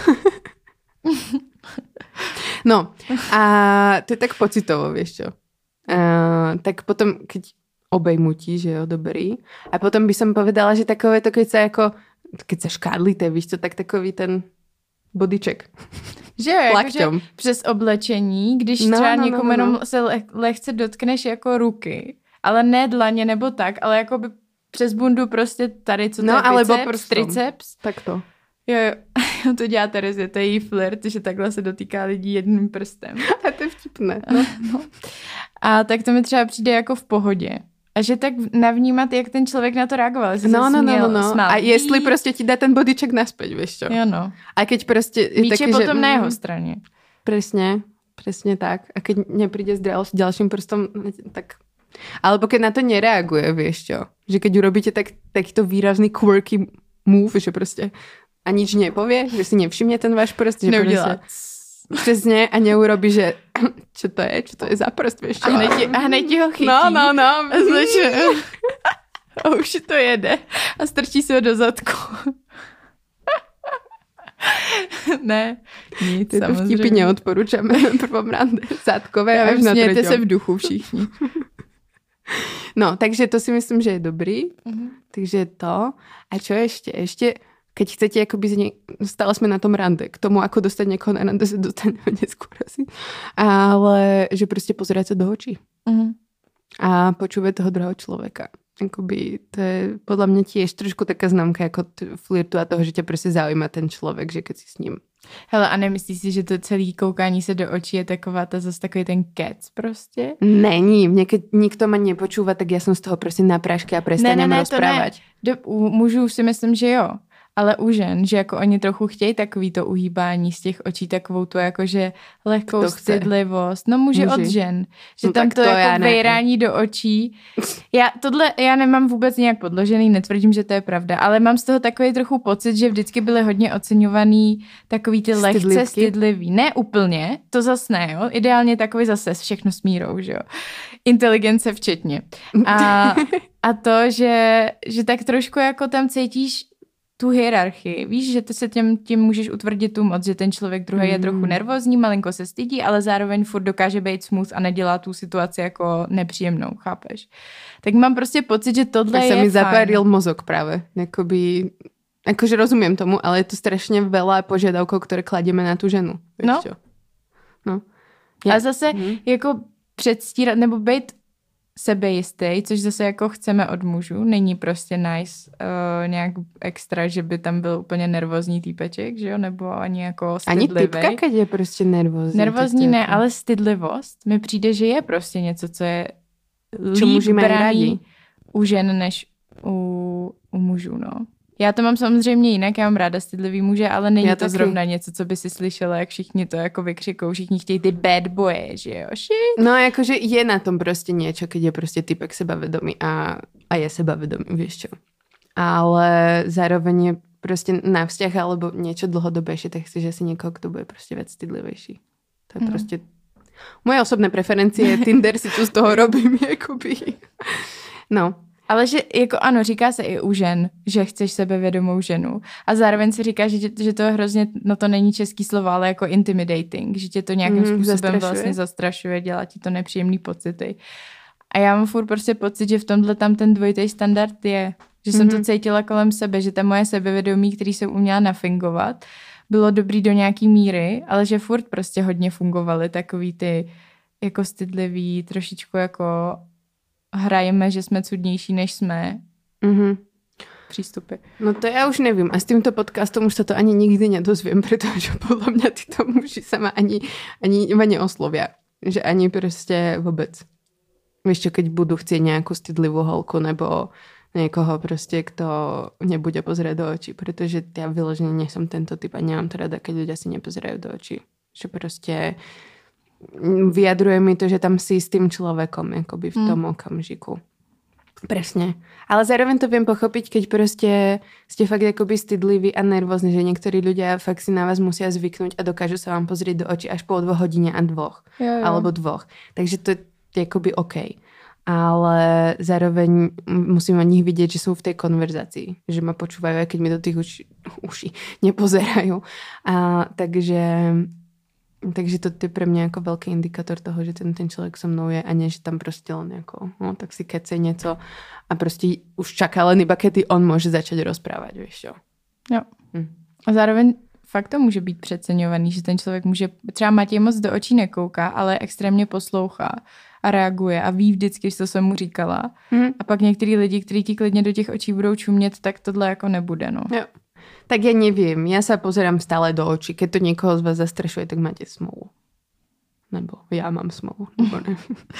B: No, a to je tak pocitovo, vieš čo. A, tak potom, keď obejmutí, že jo, dobrý. A potom by som povedala, že takové to, keď sa jako, keď sa škádlíte, víš co, tak takový ten bodyček.
A: Že jo, jakože přes oblečení, když no, třeba no, někomu no, no. jenom se le- lehce dotkneš jako ruky, ale ne dlaně nebo tak, ale jako by přes bundu prostě tady, co to
B: no,
A: je biceps, triceps.
B: Tak to.
A: Jo, jo, to dělá Terezie, to je její flirt, že takhle se dotýká lidí jedním prstem.
B: A to je vtipné. No.
A: No. A tak to mi třeba přijde jako v pohodě. A že tak navnímat, jak ten člověk na to reagoval. Jestli
B: no,
A: se
B: no,
A: směl,
B: no, no, no. A jestli prostě ti dá ten bodyček naspäť, vieš čo?
A: Jo, no.
B: A keď prostě... Je
A: Míč
B: také,
A: je potom
B: že,
A: na jeho straně.
B: Presne, presne tak. A keď nepríde s ďalším prstom, tak... Alebo keď na to nereaguje, vieš čo? Že keď urobíte tak, takýto výrazný quirky move, že proste a nič nepovie, že si nevšimne ten váš prst, že
A: neudělá.
B: Přesně a neurobí, že čo to je, čo to je za prst, vieš čo?
A: A hned ti, a hned ti ho chytí.
B: No, no, no.
A: A, začne, a už to jede a strčí se ho do zadku. Ne, nic,
B: Tyto
A: samozřejmě.
B: vtipy neodporúčame v prvom rande. Zadkové
A: Já
B: až na
A: smějte
B: treťom.
A: se v duchu všichni.
B: No, takže to si myslím, že je dobrý.
A: Mhm.
B: Takže to. A čo ešte? Ešte, keď chcete, akoby z nie... stále sme na tom rande. K tomu, ako dostať niekoho na rande, sa dostaneme neskôr asi. Ale že proste pozerať sa do očí.
A: Mhm.
B: A počúvať toho druhého človeka. Akoby to je podľa mňa tiež trošku taká známka ako t- flirtu a toho, že ťa proste zaujíma ten človek, že keď si s ním.
A: Hele, a nemyslíš si, že to celé koukání se do očí je taková ta zase takový ten kec prostě?
B: Není, mne keď nikto ma nepočúva, tak ja som z toho proste na prášky a prestanem
A: ne, ne,
B: rozprávať.
A: Do, u mužů si myslím, že jo. Ale u žen, že jako oni trochu chtějí takový to uhýbání z těch očí, takovou tu jakože lehkou stydlivost. No muži, muži od žen. Že
B: no
A: tam to, to jako vejrání do očí. Já tohle, já nemám vůbec nějak podložený, netvrdím, že to je pravda, ale mám z toho takový trochu pocit, že vždycky byly hodně oceňovaný takový ty lehce Stydlivky. Stydlivý. Ne úplně, to zas ne, jo. Ideálně takový zase všechno s mírou, že jo. Inteligence včetně. A, a to, že, že tak trošku jako tam cítíš tu hierarchii. Víš, že ty se tím, tím můžeš utvrdit tu moc, že ten člověk druhý mm. je trochu nervózní, malinko se stydí, ale zároveň furt dokáže být smooth a nedělá tu situaci jako nepříjemnou, chápeš? Tak mám prostě pocit, že tohle
B: tak
A: je
B: sa mi
A: fajn.
B: zapáril mozog práve. Jakoby, akože rozumiem tomu, ale je to strašne veľa požiadavkov, ktoré kladieme na tú ženu.
A: No.
B: Čo? No.
A: Ja. A zase mm. jako předstírat, nebo být sebejistý, což zase jako chceme od mužů. Není prostě nice uh, nějak extra, že by tam byl úplně nervózní týpeček, že jo? Nebo ani jako stydlivý.
B: Ani typka, keď je prostě nervózní.
A: Nervózní ne, ale stydlivost mi přijde, že je prostě něco, co je líp braný u žen než u, u mužů, no. Já to mám samozřejmě jinak, já mám ráda stydlivý muže, ale není já to taky. Zrovna něco, co by si slyšela, jak všichni to jako vykřikou, všichni chtějí ty bad boye, že jo? Shit.
B: No jakože je na tom prostě niečo, keď je prostě typek sebavedomý a, a je sebavedomý, vieš čo. Ale zároveň je prostě na vzťah alebo niečo dlhodobejšie, tak chceš asi niekoho, kto bude prostě viac stydlivejší. To je hmm. prostě moje osobné preferencie, Tinder si tu z toho robím, jakoby. No.
A: Ale že jako ano, říká se i u žen, že chceš sebevědomou ženu. A zároveň se říká, že, že to je hrozně, no to není český slovo, ale jako intimidating, že tě to nějakým mm, způsobem zastrašuje. vlastně zastrašuje, dělá ti to nepříjemný pocity. A já mám furt prostě pocit, že v tomhle tam ten dvojitý standard je. Že jsem mm-hmm. to cítila kolem sebe, že ta moje sebevědomí, který jsem uměla nafingovat, bylo dobrý do nějaký míry, ale že furt prostě hodně fungovaly takový ty jako stydlivý, trošičku jako hrajeme, že jsme cudnější, než jsme.
B: Mm-hmm.
A: Přístupy.
B: No to ja už nevím. A s týmto podcastom už sa to ani nikdy nedozviem, pretože podľa mňa títo muži sa ma ani, ani iba neoslovia. Že ani proste vôbec. Vieš čo, keď budú chcieť nejakú stydlivú holku nebo niekoho proste, kto nebude pozerať do očí. Pretože ja vyložene nie som tento typ a nemám to rada, keď ľudia si nepozerajú do očí. Že proste vyjadruje mi to, že tam si s tým človekom akoby v tom mm. okamžiku. Presne. Ale zároveň to viem pochopiť, keď proste ste fakt akoby stydliví a nervózni, že niektorí ľudia fakt si na vás musia zvyknúť a dokážu sa vám pozrieť do očí až po dvoch hodine a dvoch. Jo, jo. Alebo dvoch. Takže to je akoby OK. Ale zároveň musím od nich vidieť, že sú v tej konverzácii. Že ma počúvajú, aj keď mi do tých uši, uši nepozerajú. A takže... Takže to je pre mňa ako veľký indikátor toho, že ten, ten človek so mnou je a nie, že tam proste len ako, no tak si kece nieco a proste už čaká len iba, kedy on môže začať rozprávať, vieš čo.
A: Jo. Hm. A zároveň fakt to může být přeceňovaný, že ten člověk může, třeba Matěj moc do očí nekouká, ale extrémně poslouchá a reaguje a ví vždycky, co jsem mu říkala. Hm. A pak některý lidi, kteří ti klidně do těch očí budou čumět, tak tohle jako nebude, no.
B: Jo. Tak ja neviem, ja sa pozerám stále do očí. Keď to niekoho z vás zastrašuje, tak máte smolu. Nebo ja mám smolu. Nebo ne.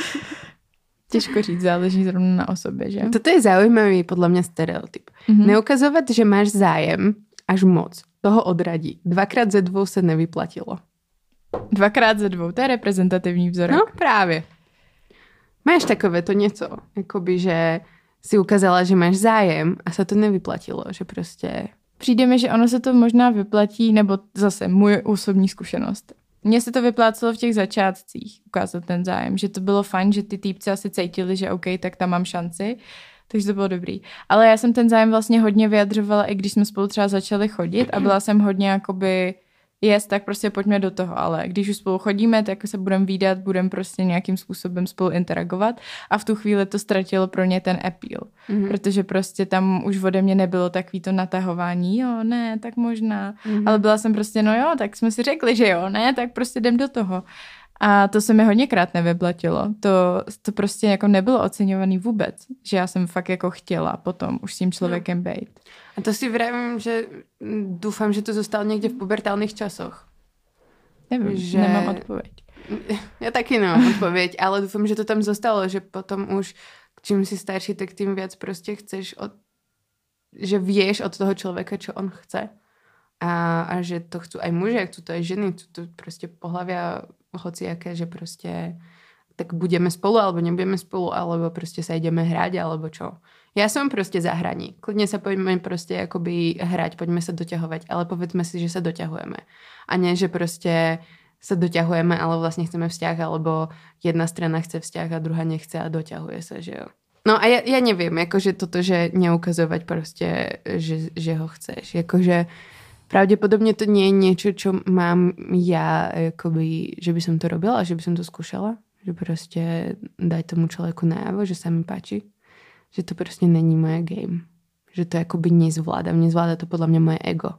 A: Těžko říct, záleží zrovna na osobě, že?
B: Toto je zaujímavý podľa mňa stereotyp. Mm-hmm. Neukazovať, že máš zájem až moc. Toho odradí. Dvakrát ze dvou se nevyplatilo.
A: Dvakrát ze dvou, to je reprezentativní vzorek.
B: No právě. Máš takové to něco, jakoby, že si ukázala, že máš zájem a sa to nevyplatilo, že proste...
A: přijde mi, že ono se to možná vyplatí, nebo zase můj osobní zkušenost. Mně se to vyplácelo v těch začátcích ukázat ten zájem, že to bylo fajn, že ty týpci asi cítili, že OK, tak tam mám šanci, takže to bylo dobrý. Ale já jsem ten zájem vlastně hodně vyjadřovala, i když jsme spolu třeba začali chodit a byla jsem hodně jakoby jest, tak prostě pojďme do toho, ale když už spolu chodíme, tak se budeme vídat, budeme prostě nějakým způsobem spolu interagovat a v tu chvíli to ztratilo pro ně ten appeal, mm-hmm. protože prostě tam už ode mě nebylo takový to natahování, jo, ne, tak možná, mm-hmm. ale byla jsem prostě, no jo, tak jsme si řekli, že jo, ne, tak prostě jdem do toho. A to se mi hodněkrát nevyplatilo. To, to prostě jako nebylo oceňovaný vůbec, že já jsem fakt jako chtěla potom už s tím člověkem no. být.
B: A to si vravím, že doufám, že to zostalo někde v pubertálnych časoch.
A: Nevím, že... nemám odpověď.
B: Ja taky nemám odpověď, ale doufám, že to tam zostalo, že potom už čím si starší, tak tým viac prostě chceš, od... že vieš od toho člověka, čo on chce. A, a že to chcú aj muži, chcú to aj ženy, chcú to proste pohlavia hociaké, že proste tak budeme spolu, alebo nebudeme spolu, alebo proste sa ideme hrať, alebo čo. Ja som proste za hraní. Kľudne sa poďme proste akoby hrať, poďme sa doťahovať, ale povedzme si, že sa doťahujeme. A nie, že proste sa doťahujeme, ale vlastne chceme vzťah, alebo jedna strana chce vzťah a druhá nechce a doťahuje sa, že jo. No a ja, ja neviem, akože toto, že neukazovať proste, že, že ho chceš. Akože pravdepodobne to nie je niečo, čo mám ja, akoby, že by som to robila, že by som to skúšala. Že proste dať tomu človeku najavo, že sa mi páči. Že to proste není moje game. Že to akoby nezvládam. Nezvláda to podľa mňa moje ego.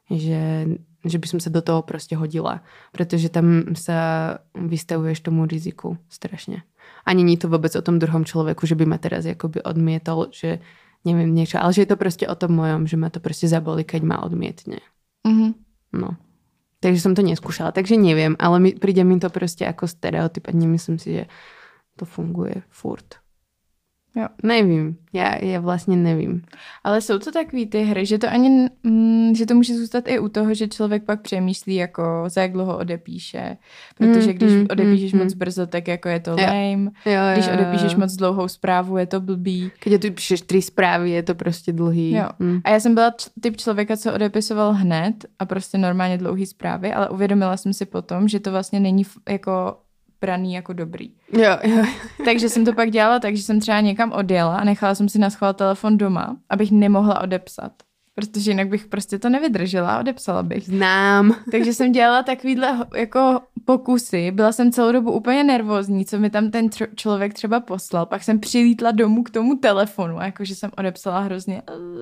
B: Že, že by som sa do toho proste hodila. Pretože tam sa vystavuješ tomu riziku strašne. A nie je to vôbec o tom druhom človeku, že by ma teraz akoby odmietol, že neviem niečo. Ale že je to proste o tom mojom, že ma to proste zabolí, keď ma odmietne.
A: Mhm.
B: No. Takže som to neskúšala, takže neviem, ale mi, príde mi to proste ako stereotyp a nemyslím si, že to funguje furt.
A: Jo.
B: Nevím, já, já vlastně nevím.
A: Ale jsou to takový ty hry, že to ani, mm, že to může zůstat i u toho, že člověk pak přemýšlí, jako za jak dlouho odepíše. Protože když mm, odepíšeš mm, moc brzo, tak jako je to lame. Jo, jo, když odepíšeš jo. moc dlouhou zprávu, je to blbý.
B: Když tu píšeš tři zprávy, je to prostě dlhý.
A: Jo. Mm. A já jsem byla typ člověka, co odepisoval hned a prostě normálně dlouhý zprávy, ale uvědomila jsem si potom, že to vlastně není jako braný jako dobrý.
B: Jo, jo.
A: Takže jsem to pak dělala tak, že jsem třeba někam odjela a nechala jsem si naschvál telefon doma, abych nemohla odepsat. Protože jinak bych prostě to nevydržela a odepsala bych.
B: Znám.
A: Takže jsem dělala takovýhle jako pokusy. Byla jsem celou dobu úplně nervózní, co mi tam ten tr- člověk třeba poslal. Pak jsem přilítla domů k tomu telefonu a jakože jsem odepsala hrozně.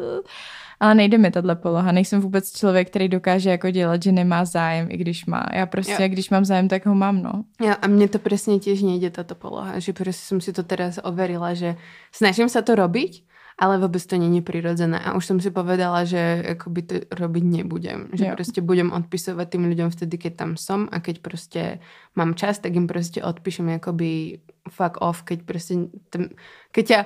A: Ale nejde mi tato poloha. Nejsem vůbec člověk, který dokáže jako dělat, že nemá zájem, i když má. Já prostě, jo. když mám zájem, tak ho mám, no.
B: Jo, a mne to presne tiež nejde táto poloha. Že proste som si to teraz overila, že snažím sa to robiť, ale vôbec to není prirodzené. A už som si povedala, že akoby to robiť nebudem. Že jo. proste budem odpisovať tým ľuďom vtedy, keď tam som a keď proste mám čas, tak im proste odpíšem akoby fuck off, keď proste tam, keď ťa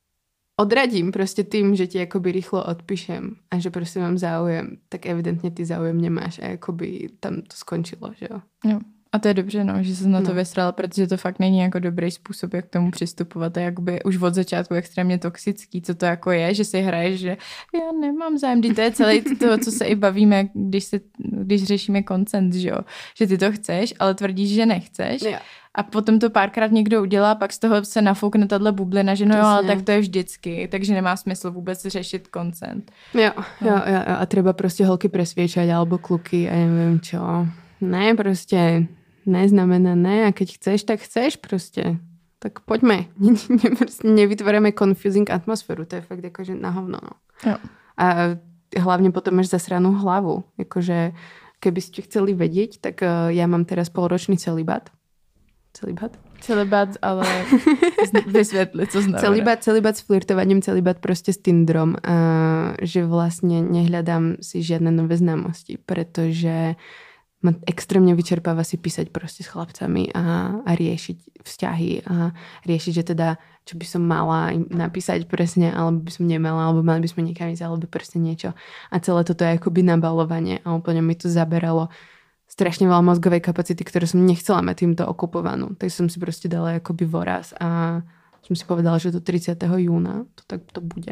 B: odradím proste tým, že ti akoby rýchlo odpíšem a že proste mám záujem, tak evidentne ty záujem nemáš a akoby tam to skončilo, že jo.
A: Jo. A to je dobře, no, že se na to no. vysrala, protože to fakt není jako dobrý způsob, jak k tomu přistupovat. A jakoby už od začátku extrémně toxický, co to jako je, že si hraješ, že já nemám zájem, to je celé to, co se i bavíme, když, se, když řešíme consent, že jo. Že ty to chceš, ale tvrdíš, že nechceš. Jo. A potom to párkrát někdo udělá, pak z toho se nafoukne tato bublina, že no jo, ale tak to je vždycky, takže nemá smysl vůbec řešit consent.
B: Jo, no. jo, jo, a treba prostě holky presviečať, alebo kluky a neviem čo. Ne, prostě neznamená ne a keď chceš, tak chceš prostě. Tak poďme. Ne, ne, prostě nevytvoríme confusing atmosféru, to je fakt jakože na hovno. No.
A: Jo.
B: A hlavně potom máš zasranú hlavu. Jakože keby ste chceli vedieť, tak ja mám teraz polročný celibát. Celibát?
A: Celibát, ale vysvětli, co znamená.
B: Celibát, celibát s flirtovaním, celibát prostě s Tinderom. A že vlastně nehľadám si žiadne nové známosti, pretože ma extrémne vyčerpáva si písať prostě s chlapcami a, a riešiť vzťahy a riešiť, že teda, čo by som mala im napísať presne, alebo by som nemala, alebo mali by sme niekam ísť, alebo prostě niečo. A celé toto je akoby nabalovanie a úplne mi to zaberalo strašne veľa mozgovej kapacity, ktorú som nechcela mať týmto okupovanú. Tak som si prostě dala akoby voraz a som si povedala, že do tridsiateho júna to tak to bude.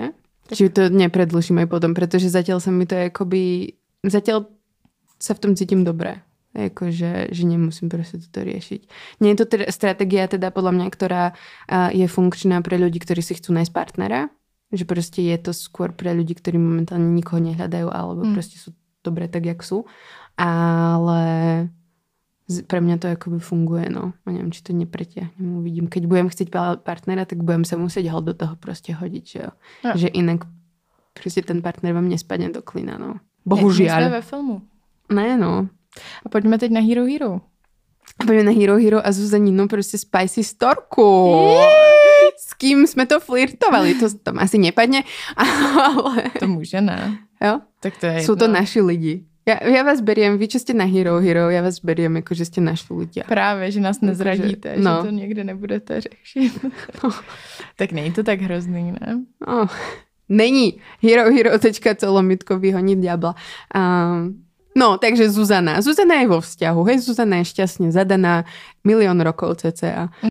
B: Či to nepredlžíme potom, pretože zatiaľ sa mi to akoby... Zatiaľ sa v tom cítim dobre. Jakože, že nemusím proste toto riešiť. Nie je to teda stratégia teda podľa mňa, ktorá je funkčná pre ľudí, ktorí si chcú nájsť partnera. Že proste je to skôr pre ľudí, ktorí momentálne nikoho nehľadajú alebo mm. proste sú dobré tak, jak sú. Ale pre mňa to akoby funguje, no. A neviem, či to nepretiahnem, uvidím. Keď budem chcieť partnera, tak budem sa musieť hol do toho proste hodiť, že jo. No. Že inak proste ten partner vám nespadne do klina, no. Bohužiaľ.
A: Jak sme ve filmu.
B: Ne, no.
A: A poďme teď na Hero Hero.
B: Poďme na Hero Hero a Zuzaninou proste spicy storku. S kým sme to flirtovali, to tam asi nepadne, ale...
A: To môže, ne?
B: Jo?
A: Tak to je
B: Sú to naši lidi. Ja, ja vás beriem, vy čo ste na Hero Hero, ja vás beriem jako, že ste naši ľudia.
A: Právě, že nás nezradíte,
B: no.
A: Že to někde nebudete řešit. No. Tak není to tak hrozný, ne?
B: No. Není. Hero Hero tečka celomitko vyhoniť diabla. Um, no, takže Zuzana. Zuzana je vo vzťahu, hej, Zuzana je šťastne zadaná, milión rokov cca.